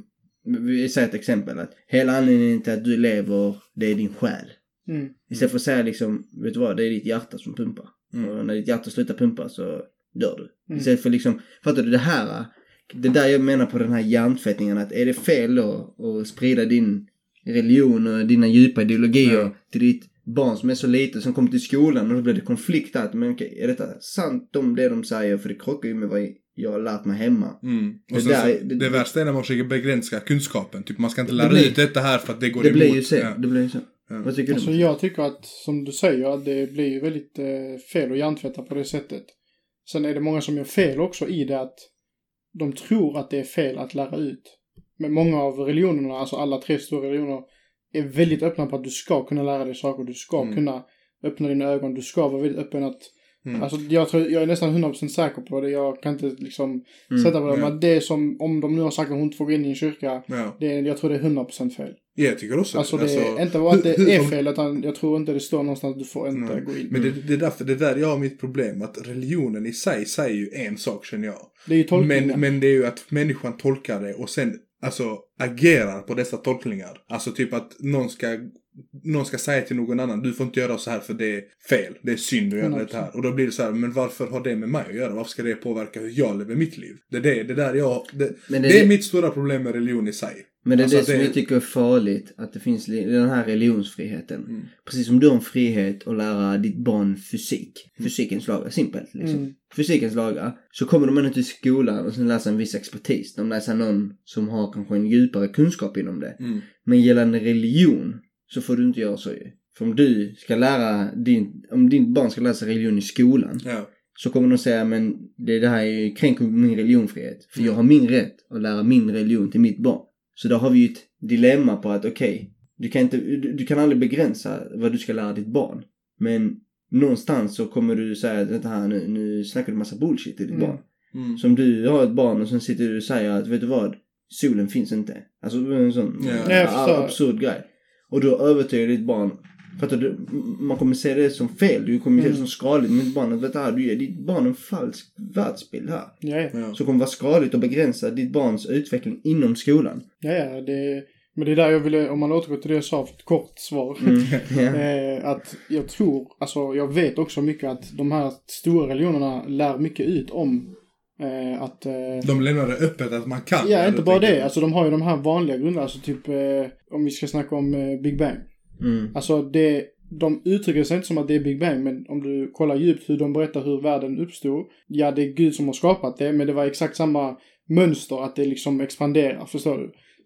S2: vi säger ett exempel att hela anledningen till att du lever, det är din själ. Mm. Istället för att säga liksom, vet du vad, det är ditt hjärta som pumpar. Mm. Och när ditt hjärta slutar pumpa så dör du. Mm. Istället för liksom, fattar du det här? Det där jag menar på den här hjärntvättningen, att är det fel då att sprida din religion och dina djupa ideologier mm. till ditt barn som är så lite, som kommer till skolan och då blir det konflikt att, men okej, är detta sant om det de säger? För det krockar ju med vad jag har lärt mig hemma. Mm.
S3: Och det, där, så, det, det värsta är när man försöker begränsa kunskapen. Typ man ska inte lära det blir, ut detta här för att det går
S2: det
S3: emot.
S2: Blir ju så,
S3: ja.
S2: Det blir ju så. Ja. Vad tycker
S4: alltså,
S2: du?
S4: Jag tycker att, som du säger, det blir ju väldigt eh, fel att hjärntvätta på det sättet. Sen är det många som gör fel också i det att de tror att det är fel att lära ut. Men många av religionerna, alltså alla tre stora religioner, är väldigt öppna på att du ska kunna lära dig saker. Du ska mm. kunna öppna dina ögon. Du ska vara väldigt öppen att Mm. Alltså jag, tror, jag är nästan hundra procent säker på det. Jag kan inte liksom mm. sätta på det. Yeah. Men det är som, om de nu har sagt att hon inte får gå in i en kyrka. Yeah. Det är, jag tror det är hundra procent fel.
S3: Ja, jag tycker också.
S4: Alltså det är alltså, inte bara att det är fel. Utan jag tror inte det står någonstans att du får inte mm. gå in.
S3: Men det, det är därför det där jag har mitt problem. Att religionen i sig säger ju en sak, känner jag.
S4: Det är ju tolkningen.
S3: Men, men det är ju att människan tolkar det. Och sen alltså agerar på dessa tolkningar. Alltså typ att någon ska någon ska säga till någon annan, du får inte göra så här för det är fel, det är synd att göra mm. det här. Och då blir det så här, men varför har det med mig att göra? Varför ska det påverka hur jag lever mitt liv? Det är det, det där jag, det, det, det är mitt stora problem med religion i sig.
S2: Men det är
S3: alltså
S2: det som det... jag tycker är farligt, att det finns den här religionsfriheten. Mm. Precis som du har en frihet att lära ditt barn fysik. Mm. Fysikens lagar, simpelt liksom. Mm. Fysikens lagar, så kommer de inte till skolan och sen läser en viss expertis. De läser någon som har kanske en djupare kunskap inom det. Mm. Men gällande religion så får du inte göra så ju. För om du ska lära din, om din barn ska läsa religion i skolan, ja. Så kommer de säga, men det, det här är kränker min religionfrihet. För jag har min rätt att lära min religion till mitt barn. Så då har vi ju ett dilemma på att okej, okay, du kan inte, du, du kan aldrig begränsa vad du ska lära ditt barn. Men någonstans så kommer du säga att här, nu, nu snackar du massa bullshit till ditt mm. barn. Mm. Som du har ett barn och sen sitter du och säger att, vet du vad, solen finns inte. Alltså en sån ja. absurd grej. Och då övertygar ditt barn, för att du, man kommer se det som fel, du kommer mm. se det som skadligt med ditt barn, att vet du, du ger ditt barn en falsk världsbild här. Ja, ja. Så kommer vara skadligt och begränsa ditt barns utveckling inom skolan.
S4: Ja, ja, det, men det är där jag ville, om man återgår till det jag sa för ett kort svar, mm. yeah. eh, att jag tror, alltså jag vet också mycket att de här stora religionerna lär mycket ut om Eh, att, eh,
S3: de lämnar det öppet att man kan.
S4: Ja, inte bara det. Jag. Alltså de har ju de här vanliga grunderna. Alltså typ, eh, om vi ska snacka om eh, Big Bang. Mm. Alltså det, de uttrycker sig inte som att det är Big Bang. Men om du kollar djupt hur de berättar hur världen uppstod. Ja, det är Gud som har skapat det. Men det var exakt samma mönster att det liksom expanderar. Förstår du?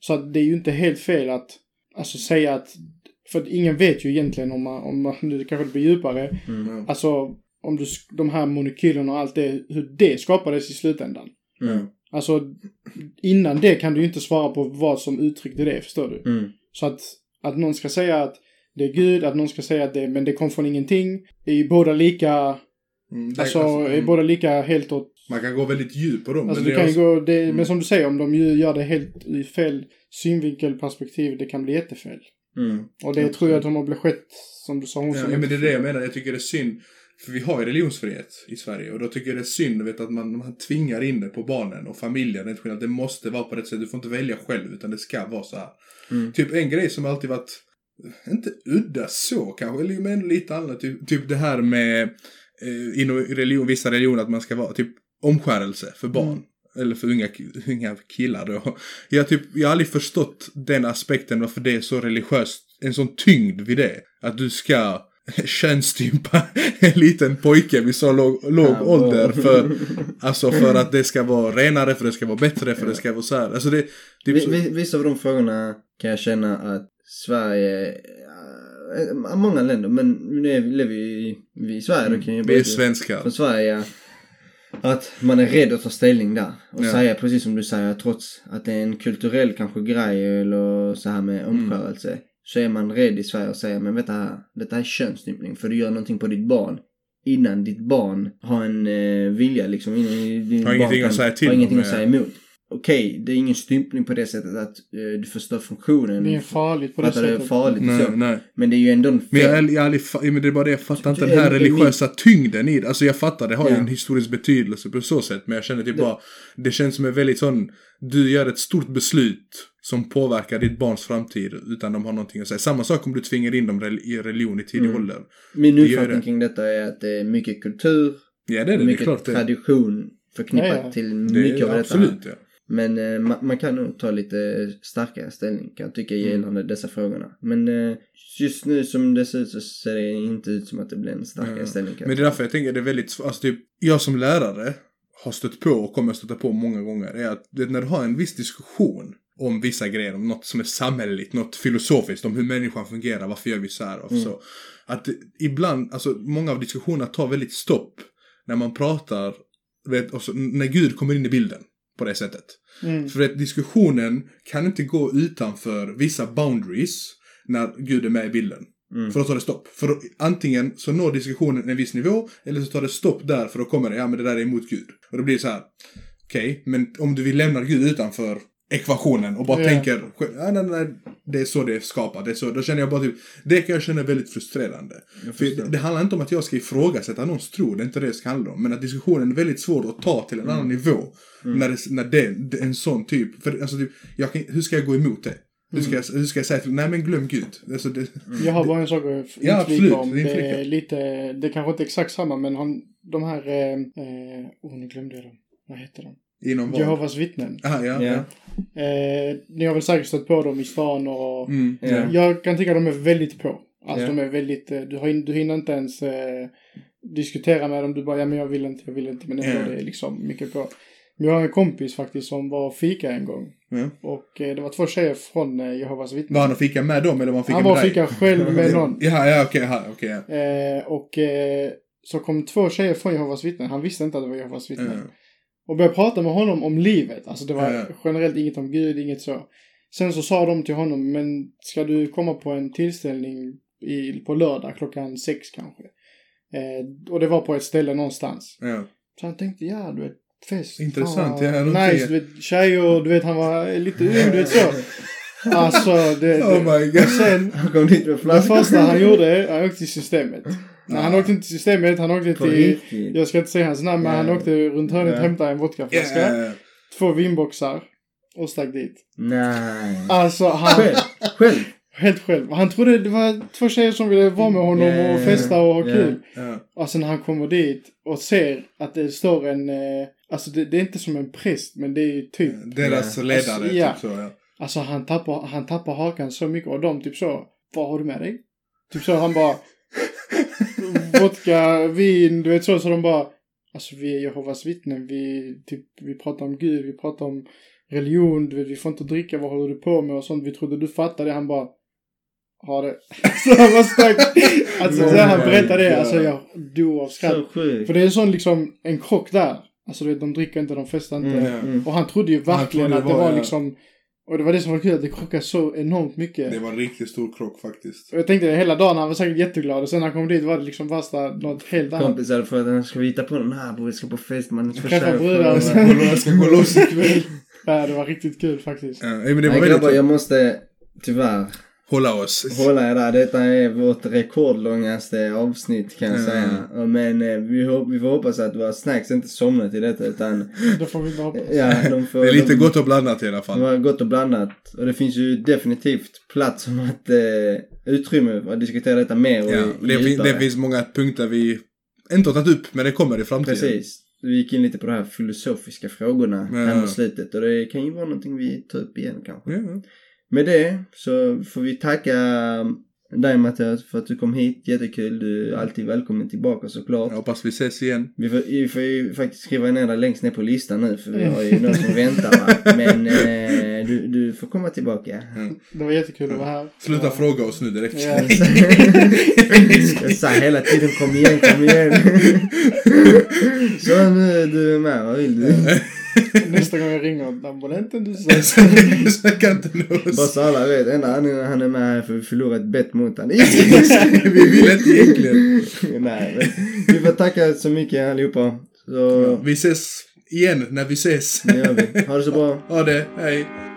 S4: Så att det är ju inte helt fel att alltså säga att, för att ingen vet ju egentligen om man, om man nu kanske blir djupare,
S2: Mm.
S4: alltså om du, de här molekylerna och allt det, hur det skapades i slutändan.
S2: Mm.
S4: Alltså innan det kan du ju inte svara på vad som uttryckte det, förstår du?
S2: Mm.
S4: Så att, att någon ska säga att det är Gud, att någon ska säga att det, men det kom från ingenting, är ju båda lika,
S3: Mm, det,
S4: alltså,
S3: alltså,
S4: är
S3: mm,
S4: båda lika helt åt,
S3: man kan gå väldigt djupt på dem.
S4: alltså
S3: men
S4: du
S3: det är
S4: kan ju
S3: också-
S4: gå, det,
S3: mm.
S4: men som du säger, om de ju gör det helt i fel synvinkelperspektiv, det kan bli jättefel.
S2: Mm.
S4: Och det tror jag att de har blivit skett, som du sa, hon
S3: Ja,
S4: som
S3: men det är det jag menar. Jag tycker det är synd. För vi har ju religionsfrihet i Sverige. Och då tycker jag det är synd vet, att man, man tvingar in det på barnen och familjen. Det, är det måste vara på det sättet. Du får inte välja själv utan det ska vara så här.
S2: Mm.
S3: Typ en grej som alltid varit, inte udda så kanske, eller men lite annat. Typ, typ det här med eh, inom religion, vissa religioner att man ska vara typ omskärelse för barn. Mm. Eller för unga, unga killar då. Jag, typ, jag har aldrig förstått den aspekten varför det är så religiöst. En sån tyngd vid det. Att du ska könstympa en liten pojke vid så låg, låg ja, ålder. För, alltså för att det ska vara renare, för det ska vara bättre, för ja. det ska vara så här. Alltså det, typ så...
S2: Vissa av de frågorna kan jag känna att Sverige... Äh, många länder, men nu lever vi, vi i Sverige. Mm. Då kan jag
S3: vi är svenskar.
S2: Från Sverige... Att man är rädd att ta ställning där. Och ja. säga precis som du säger, trots att det är en kulturell kanske grej eller så här med omskärelse. Mm. Så är man rädd i Sverige och säger, men vet du här, detta är könsstympning. För du gör någonting på ditt barn. Innan ditt barn har en eh, vilja liksom. Innan din
S3: har
S2: barn
S3: ingenting
S2: kan,
S3: att säga till
S2: har ingenting
S3: om,
S2: att säga emot. Okej, okay, det är ingen stympning på det sättet att eh, du förstör funktionen.
S4: Det är farligt på det sättet.
S2: Det är farligt
S3: nej,
S2: så.
S3: Nej.
S2: Men det är ju ändå en
S3: men jag, jag, jag, jag, men det är bara det, jag fattar inte den här religiösa min... tyngden i det. Alltså jag fattar, det har ja. ju en historisk betydelse på så sätt. Men jag känner typ det... bara, det känns som en väldigt sån, du gör ett stort beslut som påverkar ditt barns framtid utan de har någonting att säga. Samma sak om du tvingar in dem i religion i tidig mm. ålder.
S2: Min uppfattning kring detta är att det är mycket kultur,
S3: ja, det är det,
S2: mycket
S3: det är klart
S2: tradition förknippat ja, ja. till mycket
S3: det
S2: av detta.
S3: Absolut, ja.
S2: Men eh, man, man kan nog ta lite starkare ställning, kan jag tycka, gällande mm. dessa frågorna. Men eh, just nu som det ser ut så ser det inte ut som att det blir en starkare ja. ställning.
S3: Men det är därför jag tänker att det är väldigt, alltså typ, jag som lärare har stött på och kommer att stöta på många gånger är att det, när du har en viss diskussion om vissa grejer, om något som är samhälleligt, något filosofiskt, om hur människan fungerar, varför gör vi så här och mm. så. Att det, ibland, alltså många av diskussionerna tar väldigt stopp när man pratar, vet, och så, när Gud kommer in i bilden på det sättet. Mm. För att diskussionen kan inte gå utanför vissa boundaries när Gud är med i bilden. Mm. För då tar det stopp. För då, antingen så når diskussionen en viss nivå eller så tar det stopp där för då kommer det, ja men det där är emot Gud. Och då blir det så här, okej, okay, men om du vill lämna Gud utanför ekvationen och bara yeah. tänker, ja, nej, nej, det är så det är skapat, det är så, då känner jag bara typ, det kan jag känna väldigt frustrerande. För det, det handlar inte om att jag ska ifrågasätta någons tro, det är inte det det ska handla om, men att diskussionen är väldigt svår att ta till en mm. annan nivå mm. när, det, när det, det är en sån typ, för alltså typ, jag kan, hur ska jag gå emot det? Hur ska, jag, hur ska jag säga till, nej men glöm Gud. Alltså det,
S4: mm. Jag har bara en sak att
S3: ja, absolut,
S4: om. Det är lite, det är kanske inte exakt samma, men han, de här, eh, oh nu glömde jag dem, vad heter de?
S3: Inom
S4: Jehovas vittnen.
S3: Aha, ja, ja.
S4: Eh, ni har väl säkert stött på dem i stan och
S3: mm, ja.
S4: jag kan tycka att de är väldigt på. Alltså
S3: ja.
S4: de är väldigt, du, har, du hinner inte ens eh, diskutera med dem. Du bara, ja men jag vill inte, jag vill inte. Men ändå ja. det är liksom mycket på. Men jag har en kompis faktiskt som var fika en gång.
S3: Ja.
S4: Och eh, det var två tjejer från eh, Jehovas vittnen.
S3: Var han och fika med dem eller var han fika
S4: han
S3: med
S4: var fika själv med någon.
S3: ja, ja, okej. Okay, okay, ja.
S4: eh, och eh, så kom två tjejer från Jehovas vittnen. Han visste inte att det var Jehovas vittnen.
S3: Ja.
S4: Och började prata med honom om livet. Alltså det var
S3: ja, ja.
S4: generellt inget om Gud, inget så. Sen så sa de till honom, men ska du komma på en tillställning i, på lördag klockan sex kanske? Eh, och det var på ett ställe någonstans.
S3: Ja.
S4: Så han tänkte, ja du vet, fest.
S3: Intressant.
S4: Fan,
S3: ja,
S4: nice, du vet, tjejer, du vet, han var lite ung, du vet så. Alltså, det...
S3: Oh my god.
S4: Sen,
S2: han kom dit med
S4: det första han gjorde, han åkte till systemet. Nej, han åkte inte till systemet, han åkte till, riktigt. Jag ska inte säga hans namn, men yeah. han åkte runt hörnet och yeah. hämtade en vodkaflaska, yeah. två vinboxar och stack dit.
S2: Nej.
S4: Alltså, han...
S2: Själv? Själv?
S4: Helt själv. Han trodde det var två tjejer som ville vara med honom yeah. och festa och ha kul.
S3: Yeah.
S4: Alltså när han kommer dit och ser att det står en, eh, alltså det, det är inte som en präst, men det är typ...
S3: Deras yeah. ledare,
S4: alltså, ja.
S3: typ så, ja.
S4: Alltså han tappar, han tappar hakan så mycket och de typ så, vad har du med dig? Typ så han bara... vodka, vin, du vet så, så de bara, alltså vi är Jehovas vittnen, vi, typ, vi pratar om Gud, vi pratar om religion, du vet, vi får inte dricka, vad håller du på med och sånt. Vi trodde du fattade det, han bara, har det. Så han var stack. Alltså när han berättade det, alltså jag dog av skratt. För det är en sån liksom, en krock där. Alltså du vet, de dricker inte, de festar inte. Mm, mm. Och han trodde ju verkligen trodde att det var, var liksom, och det var det som var kul, att det krockade så enormt mycket.
S3: Det var en riktigt stor krock faktiskt.
S4: Och jag tänkte det hela dagen, han var säkert jätteglad. Och sen när han kom dit var det liksom värsta, något helt annat.
S2: Kompisar för att han ska vita på den här, vi ska på fest, man ska
S4: träffa brudar. Och sen ska gå loss ikväll. Ja, det var riktigt kul faktiskt.
S3: Ja, men det var
S2: Nej, grabbar, jag måste tyvärr
S3: hålla oss.
S2: Hålla er där. Detta är vårt rekordlångaste avsnitt kan jag mm. säga. Men eh, vi, hop- vi får hoppas att våra snacks inte somnat i detta utan...
S4: Det får vi inte hoppas.
S2: Ja, de får,
S3: det är lite
S2: de,
S3: gott och blandat i alla fall.
S2: Det var gott och blandat. Och det finns ju definitivt plats om att eh, utrymme att diskutera detta mer. Och
S3: ja, och det, fin- det finns många punkter vi inte har tagit upp men det kommer i framtiden.
S2: Precis. Vi gick in lite på de här filosofiska frågorna ja. här mot slutet. Och det kan ju vara någonting vi tar upp igen kanske. Ja. Med det så får vi tacka dig Mattias för att du kom hit. Jättekul. Du är alltid välkommen tillbaka såklart.
S3: Jag hoppas vi ses igen.
S2: Vi får, vi får ju faktiskt skriva ner där längst ner på listan nu. För vi har ju någon som väntar va? Men eh, du, du får komma tillbaka.
S3: Mm.
S4: Det var jättekul att vara här.
S3: Sluta ja. fråga oss nu direkt. Ja.
S2: Jag sa hela tiden kom igen, kom igen. Så nu du är med. Vad vill du?
S4: Nästa gång jag ringer ambulenten du säger
S3: så kan inte nå oss.
S2: Bara så alla vet, enda han, han är med här för att förlora ett bett mot han.
S3: Vi vill inte egentligen.
S2: Nej, men vi får tacka så mycket allihopa. Så...
S3: Ja, vi ses igen när vi ses.
S2: Det gör vi. Ha det så bra.
S3: Ha det, hej.